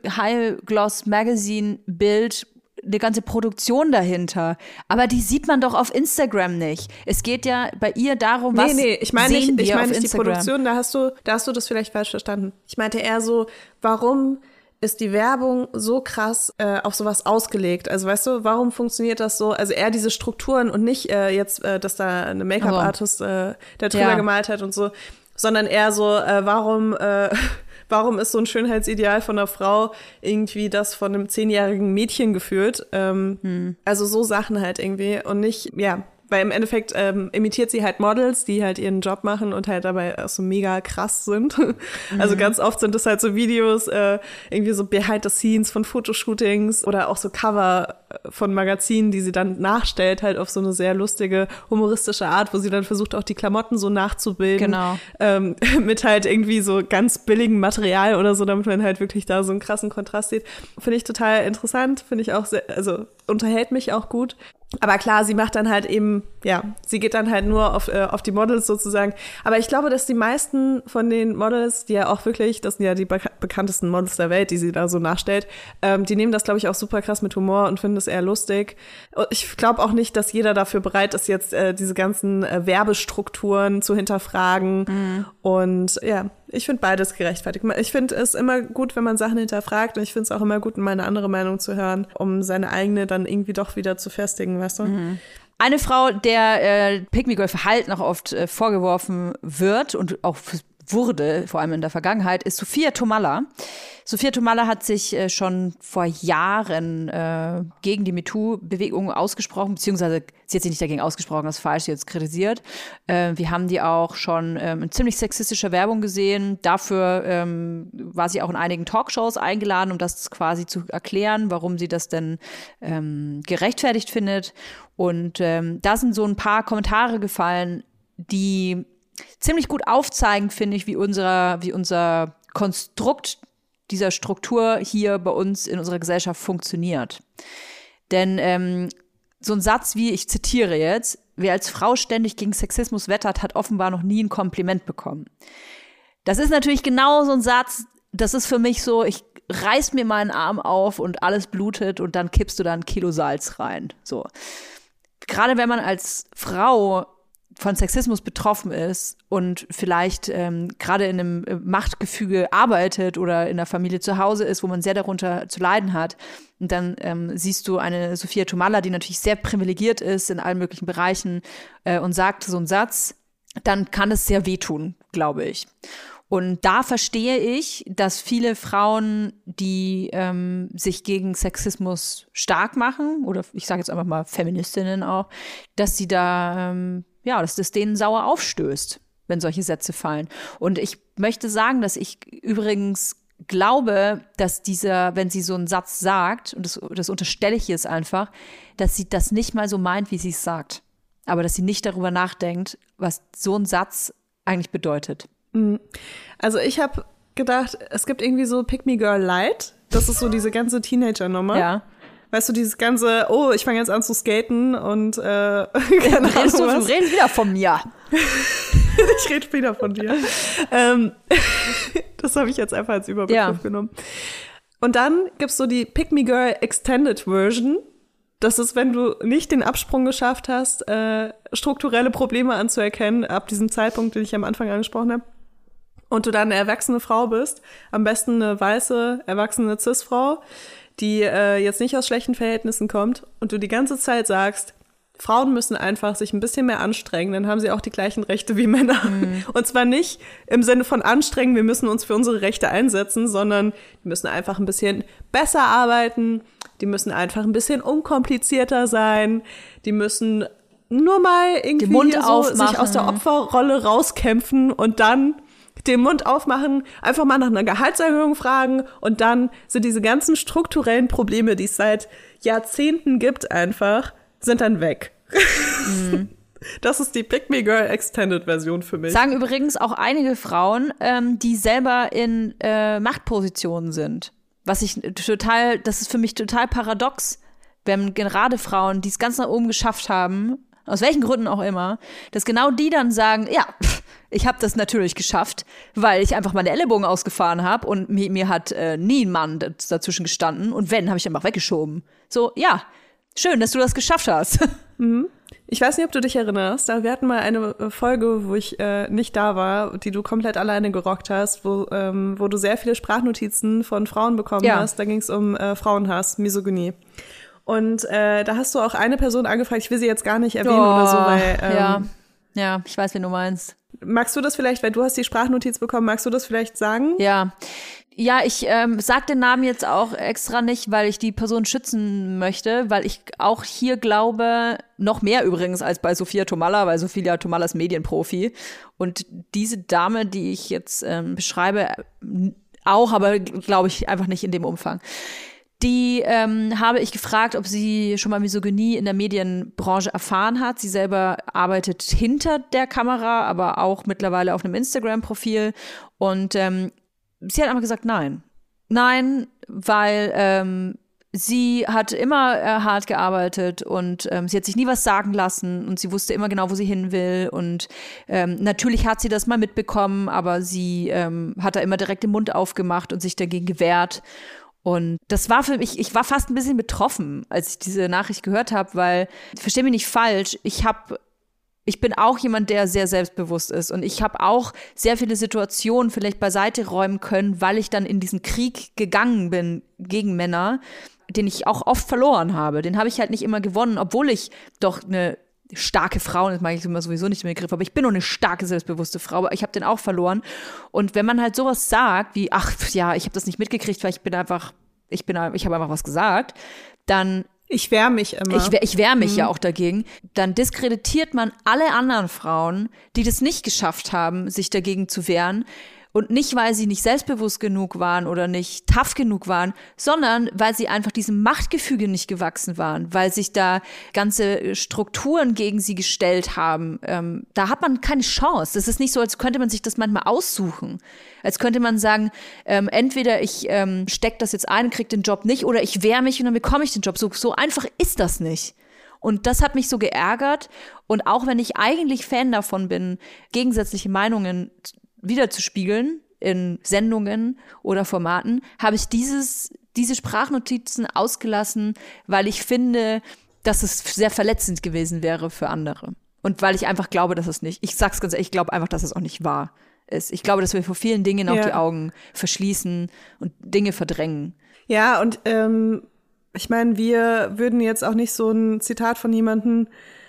Speaker 2: High-Gloss-Magazine-Bild eine ganze Produktion dahinter. Aber die sieht man doch auf Instagram nicht. Es geht ja bei ihr darum, was
Speaker 1: nee, nee, ich meine nicht, ich meine nicht die
Speaker 2: Instagram.
Speaker 1: Produktion, da hast du, da hast du das vielleicht falsch verstanden. Ich meinte eher so, warum ist die Werbung so krass äh, auf sowas ausgelegt? Also weißt du, warum funktioniert das so? Also eher diese Strukturen und nicht äh, jetzt, äh, dass da eine Make-up-Artist äh, der drüber
Speaker 2: Ja.
Speaker 1: gemalt hat und so, sondern eher so, äh, warum äh, warum ist so ein Schönheitsideal von einer Frau irgendwie das von einem zehnjährigen Mädchen geführt? Ähm, hm. Also so Sachen halt irgendwie und nicht, ja, weil im Endeffekt ähm, imitiert sie halt Models, die halt ihren Job machen und halt dabei auch so mega krass sind. Mhm. Also ganz oft sind das halt so Videos, äh, irgendwie so Behind the Scenes von Fotoshootings oder auch so Cover von Magazinen, die sie dann nachstellt, halt auf so eine sehr lustige, humoristische Art, wo sie dann versucht, auch die Klamotten so nachzubilden.
Speaker 2: Genau.
Speaker 1: Ähm, mit halt irgendwie so ganz billigem Material oder so, damit man halt wirklich da so einen krassen Kontrast sieht. Finde ich total interessant, finde ich auch sehr, also unterhält mich auch gut. Aber klar, sie macht dann halt eben, ja, sie geht dann halt nur auf, äh, auf die Models sozusagen. Aber ich glaube, dass die meisten von den Models, die ja auch wirklich, das sind ja die bek- bekanntesten Models der Welt, die sie da so nachstellt, ähm, die nehmen das, glaube ich, auch super krass mit Humor und finden es eher lustig. Und ich glaube auch nicht, dass jeder dafür bereit ist, jetzt äh, diese ganzen äh, Werbestrukturen zu hinterfragen. Mhm. Und ja, ich finde beides gerechtfertigt. Ich finde es immer gut, wenn man Sachen hinterfragt und ich finde es auch immer gut, mal eine andere Meinung zu hören, um seine eigene dann irgendwie doch wieder zu festigen, weißt du?
Speaker 2: Mhm. Eine Frau, der äh, Pick-Me-Girl-Verhalten auch oft äh, vorgeworfen wird und auch wurde, vor allem in der Vergangenheit, ist Sophia Tomalla. Sophia Tomalla hat sich äh, schon vor Jahren äh, gegen die MeToo-Bewegung ausgesprochen, beziehungsweise sie hat sich nicht dagegen ausgesprochen, das ist falsch, sie hat es kritisiert. Äh, wir haben die auch schon ähm, in ziemlich sexistischer Werbung gesehen. Dafür ähm, war sie auch in einigen Talkshows eingeladen, um das quasi zu erklären, warum sie das denn ähm, gerechtfertigt findet. Und ähm, da sind so ein paar Kommentare gefallen, die ziemlich gut aufzeigen, finde ich, wie unser, wie unser Konstrukt dieser Struktur hier bei uns in unserer Gesellschaft funktioniert. Denn ähm, so ein Satz wie, ich zitiere jetzt, wer als Frau ständig gegen Sexismus wettert, hat offenbar noch nie ein Kompliment bekommen. Das ist natürlich genau so ein Satz, das ist für mich so, ich reiß mir meinen Arm auf und alles blutet und dann kippst du da ein Kilo Salz rein. So. Gerade wenn man als Frau von Sexismus betroffen ist und vielleicht ähm, gerade in einem Machtgefüge arbeitet oder in der Familie zu Hause ist, wo man sehr darunter zu leiden hat. Und dann ähm, siehst du eine Sophia Tomalla, die natürlich sehr privilegiert ist in allen möglichen Bereichen äh, und sagt so einen Satz, dann kann es sehr wehtun, glaube ich. Und da verstehe ich, dass viele Frauen, die ähm, sich gegen Sexismus stark machen, oder ich sage jetzt einfach mal Feministinnen auch, dass sie da ähm, ja, dass das denen sauer aufstößt, wenn solche Sätze fallen. Und ich möchte sagen, dass ich übrigens glaube, dass dieser, wenn sie so einen Satz sagt, und das, das unterstelle ich jetzt einfach, dass sie das nicht mal so meint, wie sie es sagt. Aber dass sie nicht darüber nachdenkt, was so ein Satz eigentlich bedeutet.
Speaker 1: Also ich habe gedacht, es gibt irgendwie so Pick-Me-Girl Light. Das ist so diese ganze Teenager-Nummer.
Speaker 2: Ja.
Speaker 1: Weißt du, dieses ganze, oh, ich fange jetzt an zu skaten und äh, keine
Speaker 2: redest
Speaker 1: Ahnung
Speaker 2: du,
Speaker 1: was.
Speaker 2: du redest wieder von mir.
Speaker 1: Ich rede wieder von dir. ähm, das habe ich jetzt einfach als Überbegriff
Speaker 2: Ja.
Speaker 1: genommen. Und dann gibt's so die Pick-Me-Girl Extended Version. Das ist, wenn du nicht den Absprung geschafft hast, äh, strukturelle Probleme anzuerkennen, ab diesem Zeitpunkt, den ich am Anfang angesprochen habe. Und du dann eine erwachsene Frau bist, am besten eine weiße, erwachsene Cis-Frau, die äh, jetzt nicht aus schlechten Verhältnissen kommt und du die ganze Zeit sagst, Frauen müssen einfach sich ein bisschen mehr anstrengen, dann haben sie auch die gleichen Rechte wie Männer. Mhm. Und zwar nicht im Sinne von anstrengen, wir müssen uns für unsere Rechte einsetzen, sondern die müssen einfach ein bisschen besser arbeiten, die müssen einfach ein bisschen unkomplizierter sein, die müssen nur mal irgendwie
Speaker 2: den Mund
Speaker 1: hier so
Speaker 2: aufmachen.
Speaker 1: sich aus der Opferrolle rauskämpfen und dann den Mund aufmachen, einfach mal nach einer Gehaltserhöhung fragen und dann sind diese ganzen strukturellen Probleme, die es seit Jahrzehnten gibt, einfach, sind dann weg. Mhm. Das ist die Pick Me Girl Extended Version für mich.
Speaker 2: Sagen übrigens auch einige Frauen, ähm, die selber in äh, Machtpositionen sind. Was ich total, das ist für mich total paradox, wenn gerade Frauen, die es ganz nach oben geschafft haben, aus welchen Gründen auch immer, dass genau die dann sagen, ja, ich habe das natürlich geschafft, weil ich einfach meine Ellenbogen ausgefahren habe und mir, mir hat äh, nie ein Mann dazwischen gestanden und wenn, habe ich einfach weggeschoben. So, ja, schön, dass du das geschafft hast.
Speaker 1: Mhm. Ich weiß nicht, ob du dich erinnerst, aber wir hatten mal eine Folge, wo ich äh, nicht da war, die du komplett alleine gerockt hast, wo, ähm, wo du sehr viele Sprachnotizen von Frauen bekommen ja. hast. Da ging es um äh, Frauenhass, Misogynie. Und äh, da hast du auch eine Person angefragt, ich will sie jetzt gar nicht erwähnen oh, oder so, weil ähm,
Speaker 2: ja. ja, ich weiß, wen du meinst.
Speaker 1: Magst du das vielleicht, weil du hast die Sprachnotiz bekommen, magst du das vielleicht sagen?
Speaker 2: Ja, ja, ich ähm, sag den Namen jetzt auch extra nicht, weil ich die Person schützen möchte, weil ich auch hier glaube, noch mehr übrigens als bei Sophia Tomalla, weil Sophia Tomalla ist Medienprofi und diese Dame, die ich jetzt ähm, beschreibe, auch, aber glaube ich einfach nicht in dem Umfang. Die ähm, habe ich gefragt, ob sie schon mal Misogynie in der Medienbranche erfahren hat. Sie selber arbeitet hinter der Kamera, aber auch mittlerweile auf einem Instagram-Profil. Und ähm, sie hat einfach gesagt, nein. Nein, weil ähm, sie hat immer äh, hart gearbeitet und ähm, sie hat sich nie was sagen lassen und sie wusste immer genau, wo sie hin will. Und ähm, natürlich hat sie das mal mitbekommen, aber sie ähm, hat da immer direkt den Mund aufgemacht und sich dagegen gewehrt. Und das war für mich, ich war fast ein bisschen betroffen, als ich diese Nachricht gehört habe, weil, versteh mich nicht falsch, ich habe, ich bin auch jemand, der sehr selbstbewusst ist und ich habe auch sehr viele Situationen vielleicht beiseite räumen können, weil ich dann in diesen Krieg gegangen bin gegen Männer, den ich auch oft verloren habe. Den habe ich halt nicht immer gewonnen, obwohl ich doch eine starke Frau, das mag ich immer sowieso nicht im Begriff, aber ich bin nur eine starke, selbstbewusste Frau, aber ich habe den auch verloren. Und wenn man halt sowas sagt, wie, ach ja, ich habe das nicht mitgekriegt, weil ich bin einfach, ich bin, ich habe einfach was gesagt, dann
Speaker 1: Ich wehre mich immer.
Speaker 2: Ich, wehr, ich wehre mich
Speaker 1: mhm.
Speaker 2: ja auch dagegen. Dann diskreditiert man alle anderen Frauen, die das nicht geschafft haben, sich dagegen zu wehren. Und nicht, weil sie nicht selbstbewusst genug waren oder nicht tough genug waren, sondern weil sie einfach diesem Machtgefüge nicht gewachsen waren, weil sich da ganze Strukturen gegen sie gestellt haben. Ähm, da hat man keine Chance. Das ist nicht so, als könnte man sich das manchmal aussuchen. Als könnte man sagen, ähm, entweder ich ähm, stecke das jetzt ein und kriege den Job nicht oder ich wehre mich und dann bekomme ich den Job. So, so einfach ist das nicht. Und das hat mich so geärgert. Und auch wenn ich eigentlich Fan davon bin, gegensätzliche Meinungen wiederzuspiegeln in Sendungen oder Formaten, habe ich dieses, diese Sprachnotizen ausgelassen, weil ich finde, dass es sehr verletzend gewesen wäre für andere. Und weil ich einfach glaube, dass es nicht, ich sag's ganz ehrlich, ich glaube einfach, dass es auch nicht wahr ist. Ich glaube, dass wir vor vielen Dingen auch ja. die Augen verschließen und Dinge verdrängen.
Speaker 1: Ja, und ähm, ich meine, wir würden jetzt auch nicht so ein Zitat von jemandem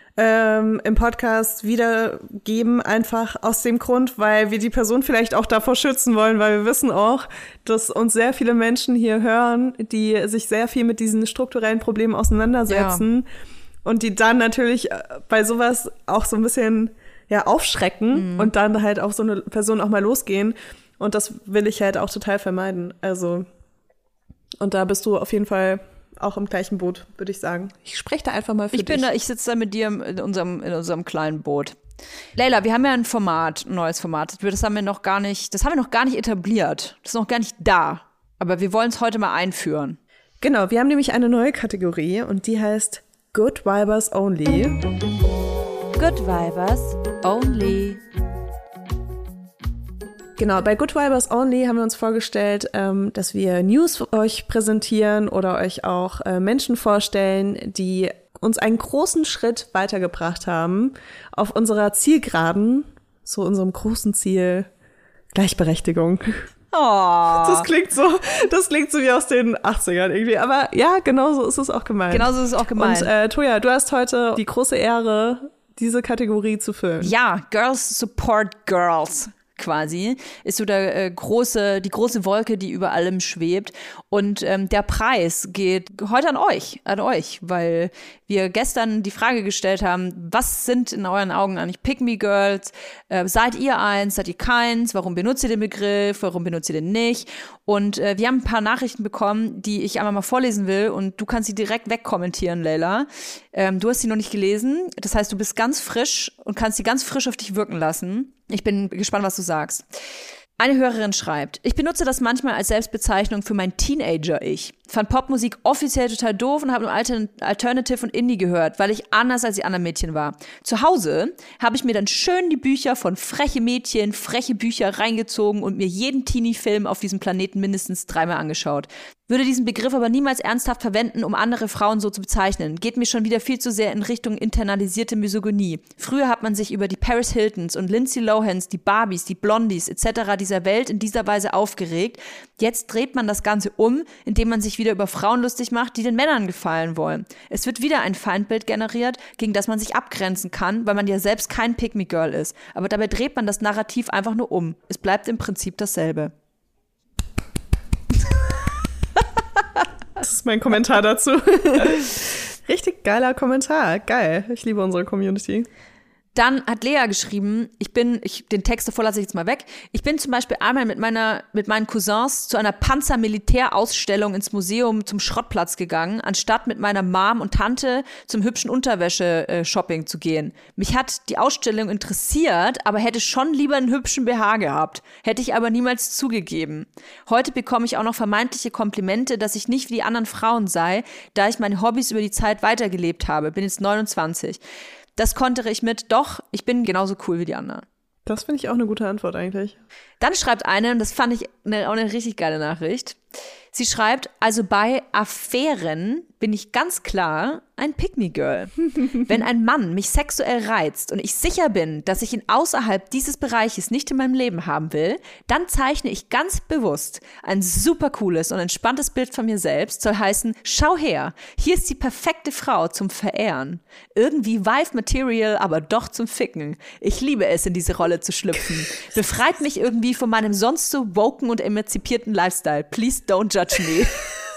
Speaker 1: Ähm, im Podcast wiedergeben, einfach aus dem Grund, weil wir die Person vielleicht auch davor schützen wollen, weil wir wissen auch, dass uns sehr viele Menschen hier hören, die sich sehr viel mit diesen strukturellen Problemen auseinandersetzen ja. und die dann natürlich bei sowas auch so ein bisschen ja aufschrecken mhm. und dann halt auf so eine Person auch mal losgehen und das will ich halt auch total vermeiden. Also und da bist du auf jeden Fall auch im gleichen Boot, würde ich sagen. Ich spreche da einfach mal für
Speaker 2: ich
Speaker 1: dich.
Speaker 2: Bin da, ich sitze da mit dir in unserem, in unserem kleinen Boot. Leila, wir haben ja ein Format, ein neues Format. Das haben wir noch gar nicht, das haben wir noch gar nicht etabliert. Das ist noch gar nicht da. Aber wir wollen es heute mal einführen.
Speaker 1: Genau, wir haben nämlich eine neue Kategorie und die heißt Good Vibers Only.
Speaker 2: Good Vibers Only.
Speaker 1: Genau, bei Good Vibers Only haben wir uns vorgestellt, ähm, dass wir News für euch präsentieren oder euch auch äh, Menschen vorstellen, die uns einen großen Schritt weitergebracht haben auf unserer Zielgeraden, zu unserem großen Ziel Gleichberechtigung.
Speaker 2: Oh.
Speaker 1: Das klingt so, das klingt so wie aus den achtzigern irgendwie. Aber ja, genau so ist es auch gemeint.
Speaker 2: Genau so ist es auch gemeint.
Speaker 1: Und äh, Toja, du hast heute die große Ehre, diese Kategorie zu füllen.
Speaker 2: Ja, Girls Support Girls. quasi, ist so der äh, große, die große Wolke, die über allem schwebt. Und ähm, der Preis geht heute an euch, an euch, weil wir gestern die Frage gestellt haben, was sind in euren Augen eigentlich Pick-me-Girls? Äh, seid ihr eins, seid ihr keins? Warum benutzt ihr den Begriff? Warum benutzt ihr den nicht? Und äh, wir haben ein paar Nachrichten bekommen, die ich einmal mal vorlesen will und du kannst sie direkt wegkommentieren, Leila. Ähm, du hast sie noch nicht gelesen, das heißt, du bist ganz frisch und kannst sie ganz frisch auf dich wirken lassen. Ich bin gespannt, was du sagst. Eine Hörerin schreibt, ich benutze das manchmal als Selbstbezeichnung für mein Teenager-Ich. Fand Popmusik offiziell total doof und habe nur Altern- Alternative und Indie gehört, weil ich anders als die anderen Mädchen war. Zu Hause habe ich mir dann schön die Bücher von Freche Mädchen, freche Bücher reingezogen und mir jeden Teenie-Film auf diesem Planeten mindestens dreimal angeschaut. Würde diesen Begriff aber niemals ernsthaft verwenden, um andere Frauen so zu bezeichnen. Geht mir schon wieder viel zu sehr in Richtung internalisierte Misogynie. Früher hat man sich über die Paris Hiltons und Lindsay Lohans, die Barbies, die Blondies et cetera dieser Welt in dieser Weise aufgeregt. Jetzt dreht man das Ganze um, indem man sich wieder über Frauen lustig macht, die den Männern gefallen wollen. Es wird wieder ein Feindbild generiert, gegen das man sich abgrenzen kann, weil man ja selbst kein Pick-me-Girl ist. Aber dabei dreht man das Narrativ einfach nur um. Es bleibt im Prinzip dasselbe.
Speaker 1: Das ist mein Kommentar dazu. Richtig geiler Kommentar. Geil. Ich liebe unsere Community.
Speaker 2: Dann hat Lea geschrieben, ich bin, ich, den Text davor lasse ich jetzt mal weg. Ich bin zum Beispiel einmal mit meiner, mit meinen Cousins zu einer Panzermilitärausstellung ins Museum zum Schrottplatz gegangen, anstatt mit meiner Mom und Tante zum hübschen Unterwäsche-Shopping zu gehen. Mich hat die Ausstellung interessiert, aber hätte schon lieber einen hübschen B H gehabt. Hätte ich aber niemals zugegeben. Heute bekomme ich auch noch vermeintliche Komplimente, dass ich nicht wie die anderen Frauen sei, da ich meine Hobbys über die Zeit weitergelebt habe. Bin jetzt neunundzwanzig. Das kontere ich mit, doch, ich bin genauso cool wie die anderen.
Speaker 1: Das finde ich auch eine gute Antwort eigentlich.
Speaker 2: Dann schreibt eine, und das fand ich eine, auch eine richtig geile Nachricht. Sie schreibt, also bei Affären bin ich ganz klar ein Pick-me-Girl. Wenn ein Mann mich sexuell reizt und ich sicher bin, dass ich ihn außerhalb dieses Bereiches nicht in meinem Leben haben will, dann zeichne ich ganz bewusst ein super cooles und entspanntes Bild von mir selbst, soll heißen, schau her, hier ist die perfekte Frau zum Verehren. Irgendwie Wife-Material, aber doch zum Ficken. Ich liebe es, in diese Rolle zu schlüpfen. Befreit mich irgendwie von meinem sonst so woken und emanzipierten Lifestyle. Please don't judge me.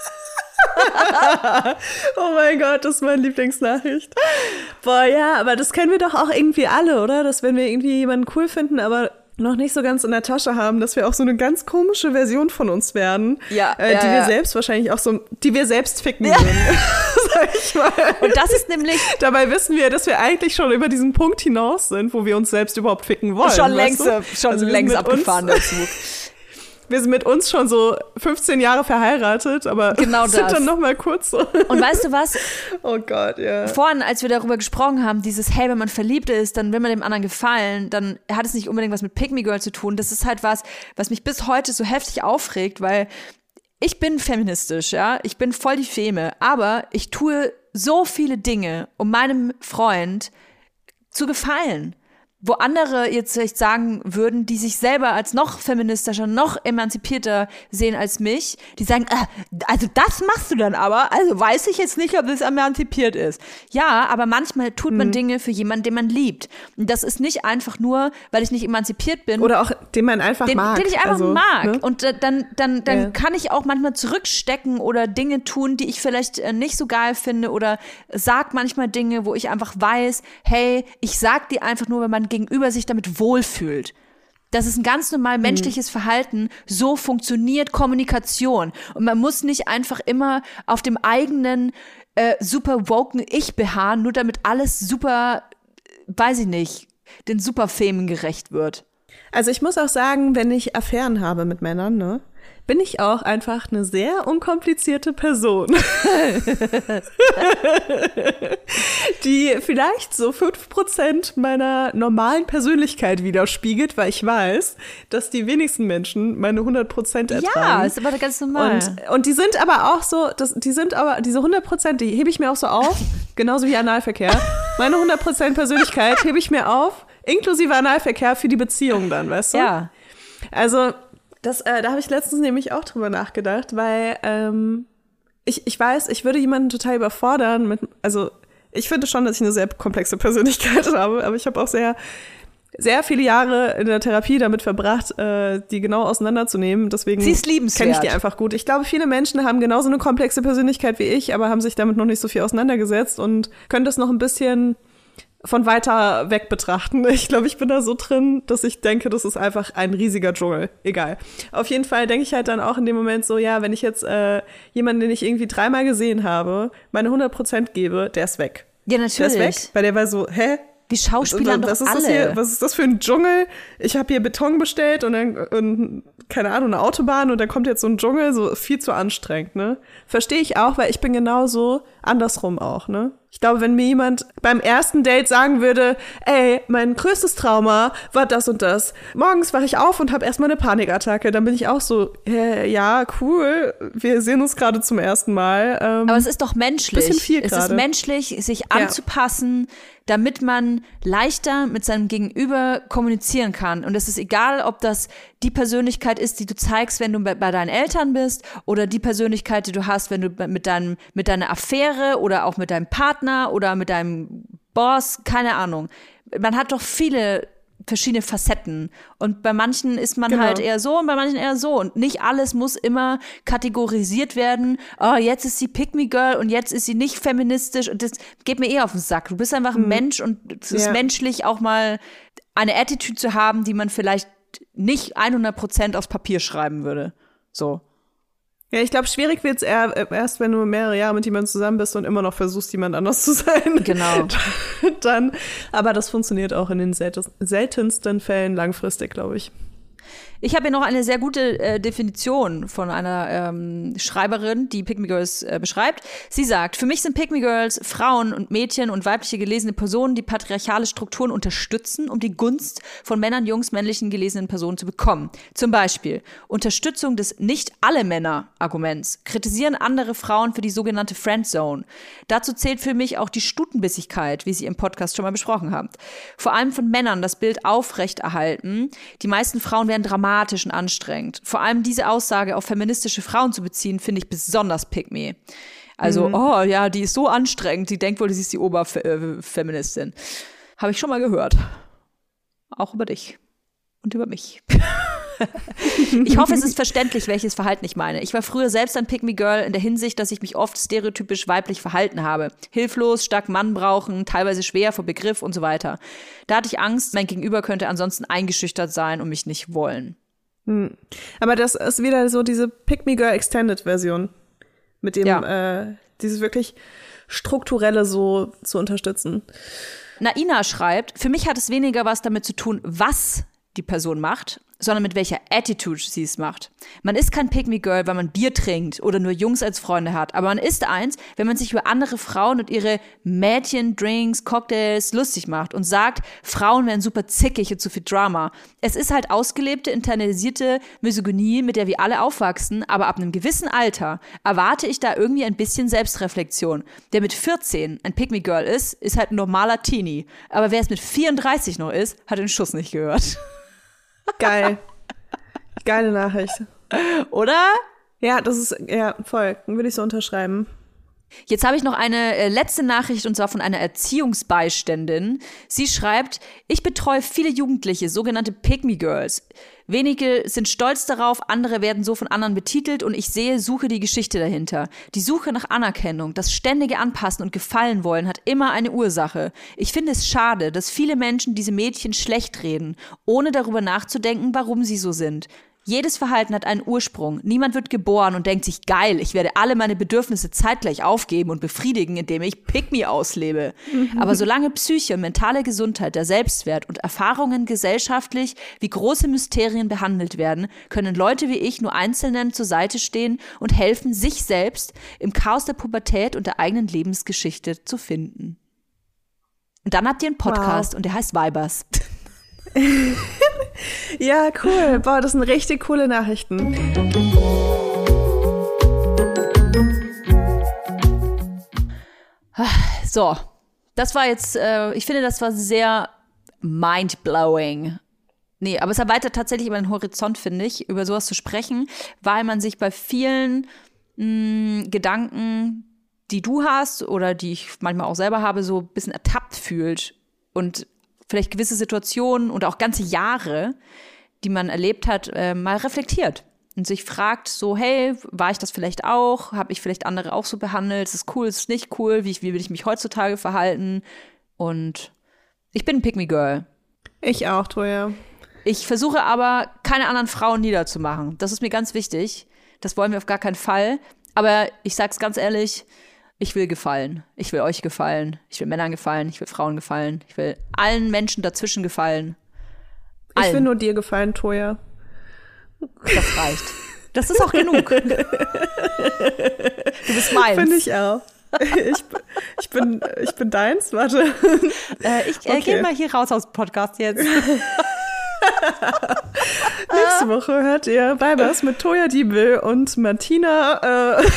Speaker 1: Oh mein Gott, das ist meine Lieblingsnachricht. Boah, ja, aber das kennen wir doch auch irgendwie alle, oder? Dass wenn wir irgendwie jemanden cool finden, aber noch nicht so ganz in der Tasche haben, dass wir auch so eine ganz komische Version von uns werden,
Speaker 2: ja,
Speaker 1: äh,
Speaker 2: ja,
Speaker 1: die wir
Speaker 2: ja.
Speaker 1: selbst wahrscheinlich auch so, die wir selbst ficken ja. würden, sag ich mal.
Speaker 2: Und das ist nämlich...
Speaker 1: Dabei wissen wir, dass wir eigentlich schon über diesen Punkt hinaus sind, wo wir uns selbst überhaupt ficken wollen.
Speaker 2: Schon längst,
Speaker 1: weißt du?
Speaker 2: schon
Speaker 1: also
Speaker 2: längst abgefahren dazu.
Speaker 1: Wir sind mit uns schon so fünfzehn Jahre verheiratet, aber
Speaker 2: genau
Speaker 1: sind
Speaker 2: das.
Speaker 1: dann noch mal kurz so.
Speaker 2: Und weißt du was?
Speaker 1: Oh Gott, ja.
Speaker 2: Vorhin, als wir darüber gesprochen haben, dieses, hey, wenn man verliebt ist, dann will man dem anderen gefallen, dann hat es nicht unbedingt was mit Pick-me-Girl zu tun. Das ist halt was, was mich bis heute so heftig aufregt, weil ich bin feministisch, ja, ich bin voll die Feme, aber ich tue so viele Dinge, um meinem Freund zu gefallen. Wo andere jetzt vielleicht sagen würden, die sich selber als noch feministischer, noch emanzipierter sehen als mich, die sagen, äh, also das machst du dann aber, also weiß ich jetzt nicht, ob das emanzipiert ist. Ja, aber manchmal tut man mhm. Dinge für jemanden, den man liebt. Und das ist nicht einfach nur, weil ich nicht emanzipiert bin.
Speaker 1: Oder auch, den man einfach
Speaker 2: den,
Speaker 1: mag.
Speaker 2: Den ich einfach
Speaker 1: also,
Speaker 2: mag.
Speaker 1: Ne?
Speaker 2: Und äh, dann, dann, dann
Speaker 1: ja.
Speaker 2: kann ich auch manchmal zurückstecken oder Dinge tun, die ich vielleicht äh, nicht so geil finde oder sag manchmal Dinge, wo ich einfach weiß, hey, ich sag die einfach nur, wenn man Gegenüber sich damit wohlfühlt. Das ist ein ganz normal menschliches mhm. Verhalten. So funktioniert Kommunikation. Und man muss nicht einfach immer auf dem eigenen äh, super woken Ich beharren, nur damit alles super, weiß ich nicht, den Superfemen gerecht wird.
Speaker 1: Also ich muss auch sagen, wenn ich Affären habe mit Männern, ne, bin ich auch einfach eine sehr unkomplizierte Person. Die vielleicht so fünf Prozent meiner normalen Persönlichkeit widerspiegelt, weil ich weiß, dass die wenigsten Menschen meine hundert Prozent ertragen.
Speaker 2: Ja, ist aber ganz normal.
Speaker 1: Und, und die sind aber auch so, das, die sind aber, diese hundert Prozent, die hebe ich mir auch so auf, genauso wie Analverkehr. Meine hundert Prozent Persönlichkeit hebe ich mir auf, inklusive Analverkehr für die Beziehung dann, weißt du?
Speaker 2: Ja.
Speaker 1: Also, das, äh, da habe ich letztens nämlich auch drüber nachgedacht, weil ähm, ich, ich weiß, ich würde jemanden total überfordern mit, also ich finde schon, dass ich eine sehr komplexe Persönlichkeit habe, aber ich habe auch sehr sehr viele Jahre in der Therapie damit verbracht, äh, die genau auseinanderzunehmen. Deswegen
Speaker 2: Sie ist liebenswert.
Speaker 1: kenne ich die einfach gut. Ich glaube, viele Menschen haben genauso eine komplexe Persönlichkeit wie ich, aber haben sich damit noch nicht so viel auseinandergesetzt und können das noch ein bisschen von weiter weg betrachten. Ich glaube, ich bin da so drin, dass ich denke, das ist einfach ein riesiger Dschungel. Egal. Auf jeden Fall denke ich halt dann auch in dem Moment so, ja, wenn ich jetzt äh, jemanden, den ich irgendwie dreimal gesehen habe, meine hundert Prozent gebe, der ist weg.
Speaker 2: Ja, natürlich.
Speaker 1: Der ist weg, weil der war so, hä?
Speaker 2: Wir Schauspielern
Speaker 1: was
Speaker 2: doch
Speaker 1: ist
Speaker 2: alle.
Speaker 1: Das hier, was ist das für ein Dschungel? Ich habe hier Beton bestellt und dann, und, keine Ahnung, eine Autobahn und dann kommt jetzt so ein Dschungel, so viel zu anstrengend, ne? Verstehe ich auch, weil ich bin genauso andersrum auch, ne? Ich glaube, wenn mir jemand beim ersten Date sagen würde, ey, mein größtes Trauma war das und das. Morgens wache ich auf und habe erstmal eine Panikattacke. Dann bin ich auch so, äh, ja, cool, wir sehen uns gerade zum ersten Mal. Ähm,
Speaker 2: Aber es ist doch menschlich.
Speaker 1: Bisschen viel
Speaker 2: es
Speaker 1: grade.
Speaker 2: ist menschlich, sich anzupassen, damit man leichter mit seinem Gegenüber kommunizieren kann. Und es ist egal, ob das die Persönlichkeit ist, die du zeigst, wenn du bei, bei deinen Eltern bist, oder die Persönlichkeit, die du hast, wenn du mit deinem, mit deiner Affäre oder auch mit deinem Partner oder mit deinem Boss, keine Ahnung. Man hat doch viele verschiedene Facetten. Und bei manchen ist man
Speaker 1: genau.
Speaker 2: halt eher so und bei manchen eher so. Und nicht alles muss immer kategorisiert werden. Oh, jetzt ist sie Pick-me-Girl und jetzt ist sie nicht feministisch. Und das geht mir eh auf den Sack. Du bist einfach ein hm. Mensch und es ist ja. menschlich, auch mal eine Attitude zu haben, die man vielleicht nicht hundert Prozent aufs Papier schreiben würde. So.
Speaker 1: Ja, ich glaube, schwierig wird's eher erst, wenn du mehrere Jahre mit jemandem zusammen bist und immer noch versuchst, jemand anders zu sein.
Speaker 2: Genau.
Speaker 1: Dann, aber das funktioniert auch in den seltensten Fällen langfristig, glaube ich.
Speaker 2: Ich habe hier noch eine sehr gute äh, Definition von einer ähm, Schreiberin, die Pick-me-Girls äh, beschreibt. Sie sagt, für mich sind Pick-me-Girls Frauen und Mädchen und weibliche gelesene Personen, die patriarchale Strukturen unterstützen, um die Gunst von Männern, Jungs, männlichen gelesenen Personen zu bekommen. Zum Beispiel Unterstützung des Nicht-alle-Männer-Arguments, kritisieren andere Frauen für die sogenannte Friendzone. Dazu zählt für mich auch die Stutenbissigkeit, wie Sie im Podcast schon mal besprochen haben. Vor allem von Männern das Bild aufrechterhalten. Die meisten Frauen werden dramatisch und anstrengend. Vor allem diese Aussage auf feministische Frauen zu beziehen, finde ich besonders pick-me. Also, mhm. oh ja, die ist so anstrengend, die denkt wohl, sie ist die Oberfeministin. Habe ich schon mal gehört. Auch über dich und über mich. Ich hoffe, es ist verständlich, welches Verhalten ich meine. Ich war früher selbst ein Pick-me-Girl in der Hinsicht, dass ich mich oft stereotypisch weiblich verhalten habe. Hilflos, stark Mann brauchen, teilweise schwer vor Begriff und so weiter. Da hatte ich Angst, mein Gegenüber könnte ansonsten eingeschüchtert sein und mich nicht wollen.
Speaker 1: Hm. Aber das ist wieder so diese Pick-me-Girl-Extended-Version. Mit dem, ja. äh, dieses wirklich strukturelle so zu unterstützen.
Speaker 2: Naina schreibt, für mich hat es weniger was damit zu tun, was die Person macht, sondern mit welcher Attitude sie es macht. Man ist kein Pick-me-Girl, weil man Bier trinkt oder nur Jungs als Freunde hat, aber man ist eins, wenn man sich über andere Frauen und ihre Mädchen, Drinks, Cocktails lustig macht und sagt, Frauen wären super zickig und zu viel Drama. Es ist halt ausgelebte, internalisierte Misogynie, mit der wir alle aufwachsen, aber ab einem gewissen Alter erwarte ich da irgendwie ein bisschen Selbstreflexion. Der mit vierzehn ein Pick-me-Girl ist, ist halt ein normaler Teenie. Aber wer es mit vierunddreißig noch ist, hat den Schuss nicht gehört.
Speaker 1: Geil. Geile Nachricht.
Speaker 2: Oder?
Speaker 1: Ja, das ist, ja, voll. Dann würde ich so unterschreiben.
Speaker 2: Jetzt habe ich noch eine äh, letzte Nachricht, und zwar von einer Erziehungsbeiständin. Sie schreibt, ich betreue viele Jugendliche, sogenannte Pick-me-Girls. Wenige sind stolz darauf, andere werden so von anderen betitelt und ich sehe, suche die Geschichte dahinter. Die Suche nach Anerkennung, das ständige Anpassen und Gefallen wollen hat immer eine Ursache. Ich finde es schade, dass viele Menschen diese Mädchen schlecht reden, ohne darüber nachzudenken, warum sie so sind. Jedes Verhalten hat einen Ursprung. Niemand wird geboren und denkt sich, geil, ich werde alle meine Bedürfnisse zeitgleich aufgeben und befriedigen, indem ich Pick-me auslebe. Mhm. Aber solange Psyche und mentale Gesundheit, der Selbstwert und Erfahrungen gesellschaftlich wie große Mysterien behandelt werden, können Leute wie ich nur Einzelnen zur Seite stehen und helfen, sich selbst im Chaos der Pubertät und der eigenen Lebensgeschichte zu finden. Und dann habt ihr einen Podcast wow. und der heißt Vibers.
Speaker 1: Ja, cool. Boah, das sind richtig coole Nachrichten.
Speaker 2: So, das war jetzt, äh, ich finde, das war sehr mind-blowing. Nee, aber es erweitert tatsächlich meinen Horizont, finde ich, über sowas zu sprechen, weil man sich bei vielen mh, Gedanken, die du hast oder die ich manchmal auch selber habe, so ein bisschen ertappt fühlt und vielleicht gewisse Situationen und auch ganze Jahre, die man erlebt hat, äh, mal reflektiert. Und sich fragt so, hey, war ich das vielleicht auch? Habe ich vielleicht andere auch so behandelt? Ist es cool, ist es nicht cool? Wie, wie will ich mich heutzutage verhalten? Und ich bin ein Pick-me-Girl.
Speaker 1: Ich auch, Toja.
Speaker 2: Ich versuche aber, keine anderen Frauen niederzumachen. Das ist mir ganz wichtig. Das wollen wir auf gar keinen Fall. Aber ich sag's ganz ehrlich, ich will gefallen. Ich will euch gefallen. Ich will Männern gefallen. Ich will Frauen gefallen. Ich will allen Menschen dazwischen gefallen. Allen.
Speaker 1: Ich will nur dir gefallen, Toja.
Speaker 2: Das reicht. Das ist auch genug. Du bist meins.
Speaker 1: Finde ich auch. Ich, ich, bin, ich bin deins, warte.
Speaker 2: Äh, ich äh,
Speaker 1: Okay.
Speaker 2: gehe mal hier raus aus dem Podcast jetzt.
Speaker 1: Nächste Woche hört ihr Weibers mit Toja Diebel und Martina. Äh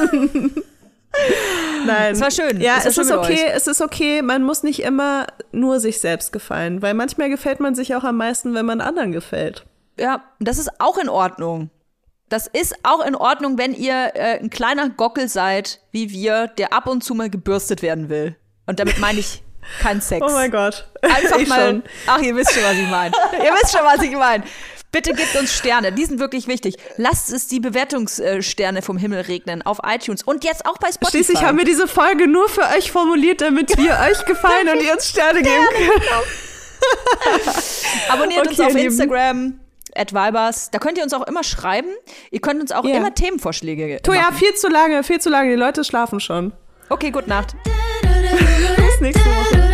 Speaker 1: Nein.
Speaker 2: Es war schön.
Speaker 1: Ja,
Speaker 2: es,
Speaker 1: es,
Speaker 2: schön
Speaker 1: ist
Speaker 2: mit
Speaker 1: okay,
Speaker 2: euch.
Speaker 1: es ist okay. Man muss nicht immer nur sich selbst gefallen, weil manchmal gefällt man sich auch am meisten, wenn man anderen gefällt.
Speaker 2: Ja, das ist auch in Ordnung. Das ist auch in Ordnung, wenn ihr äh, ein kleiner Gockel seid, wie wir, der ab und zu mal gebürstet werden will. Und damit meine ich keinen Sex.
Speaker 1: Oh mein Gott.
Speaker 2: Einfach
Speaker 1: Ich
Speaker 2: mal.
Speaker 1: schon.
Speaker 2: Ach, ihr wisst schon, was ich meine. Ihr wisst schon, was ich meine. Bitte gebt uns Sterne, die sind wirklich wichtig. Lasst es die Bewertungssterne vom Himmel regnen auf iTunes und jetzt auch bei Spotify.
Speaker 1: Schließlich haben wir diese Folge nur für euch formuliert, damit wir euch gefallen und ihr uns Sterne geben könnt.
Speaker 2: Abonniert
Speaker 1: Okay,
Speaker 2: uns auf
Speaker 1: Lieben.
Speaker 2: Instagram, at Vibers. Da könnt ihr uns auch immer schreiben. Ihr könnt uns auch
Speaker 1: Ja.
Speaker 2: immer Themenvorschläge
Speaker 1: Toja,
Speaker 2: machen.
Speaker 1: viel zu lange, viel zu lange. Die Leute schlafen schon.
Speaker 2: Okay, gute Nacht.
Speaker 1: Bis nächste Woche.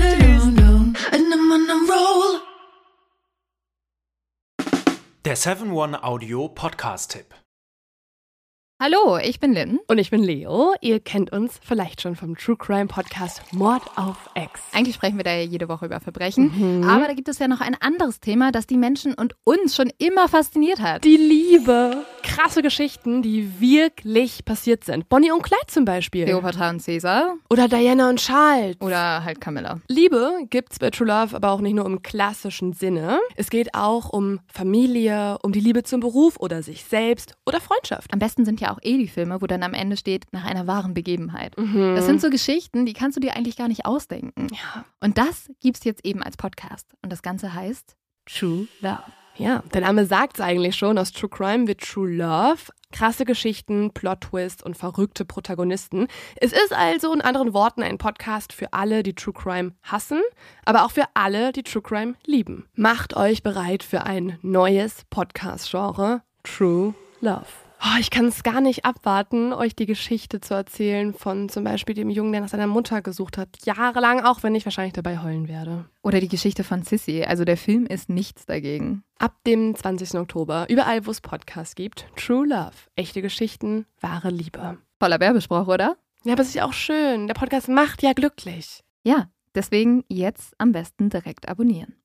Speaker 5: Der seven one Audio Podcast-Tipp.
Speaker 6: Hallo, ich bin Lynn.
Speaker 7: Und ich bin Leo. Ihr kennt uns vielleicht schon vom True Crime Podcast Mord auf Ex.
Speaker 6: Eigentlich sprechen wir da ja jede Woche über Verbrechen. Aber da gibt es ja noch ein anderes Thema, das die Menschen und uns schon immer fasziniert hat.
Speaker 7: Die Liebe. Krasse Geschichten, die wirklich passiert sind. Bonnie und Clyde zum Beispiel.
Speaker 6: Cleopatra und Caesar
Speaker 7: Oder Diana und Charles.
Speaker 6: oder halt Camilla.
Speaker 7: Liebe gibt's bei True Love aber auch nicht nur im klassischen Sinne. Es geht auch um Familie, um die Liebe zum Beruf oder sich selbst oder Freundschaft.
Speaker 6: Am besten sind ja auch eh die Filme, wo dann am Ende steht, nach einer wahren Begebenheit. Das sind so Geschichten, die kannst du dir eigentlich gar nicht ausdenken.
Speaker 7: Ja.
Speaker 6: Und das gibt's jetzt eben als Podcast. Und das Ganze heißt True Love.
Speaker 7: Ja, der Name sagt's eigentlich schon, aus True Crime wird True Love. Krasse Geschichten, Plot-Twists und verrückte Protagonisten. Es ist also in anderen Worten ein Podcast für alle, die True Crime hassen, aber auch für alle, die True Crime lieben. Macht euch bereit für ein neues Podcast-Genre, True Love. Oh, ich kann es gar nicht abwarten, euch die Geschichte zu erzählen von zum Beispiel dem Jungen, der nach seiner Mutter gesucht hat. Jahrelang, auch wenn ich wahrscheinlich dabei heulen werde.
Speaker 6: Oder die Geschichte von Sissy. Also der Film ist nichts dagegen.
Speaker 7: Ab dem zwanzigsten Oktober, überall wo es Podcasts gibt, True Love. Echte Geschichten, wahre Liebe.
Speaker 6: Voller Werbespruch, oder?
Speaker 7: Ja, aber es ist ja auch schön. Der Podcast macht ja glücklich.
Speaker 6: Ja, deswegen jetzt am besten direkt abonnieren.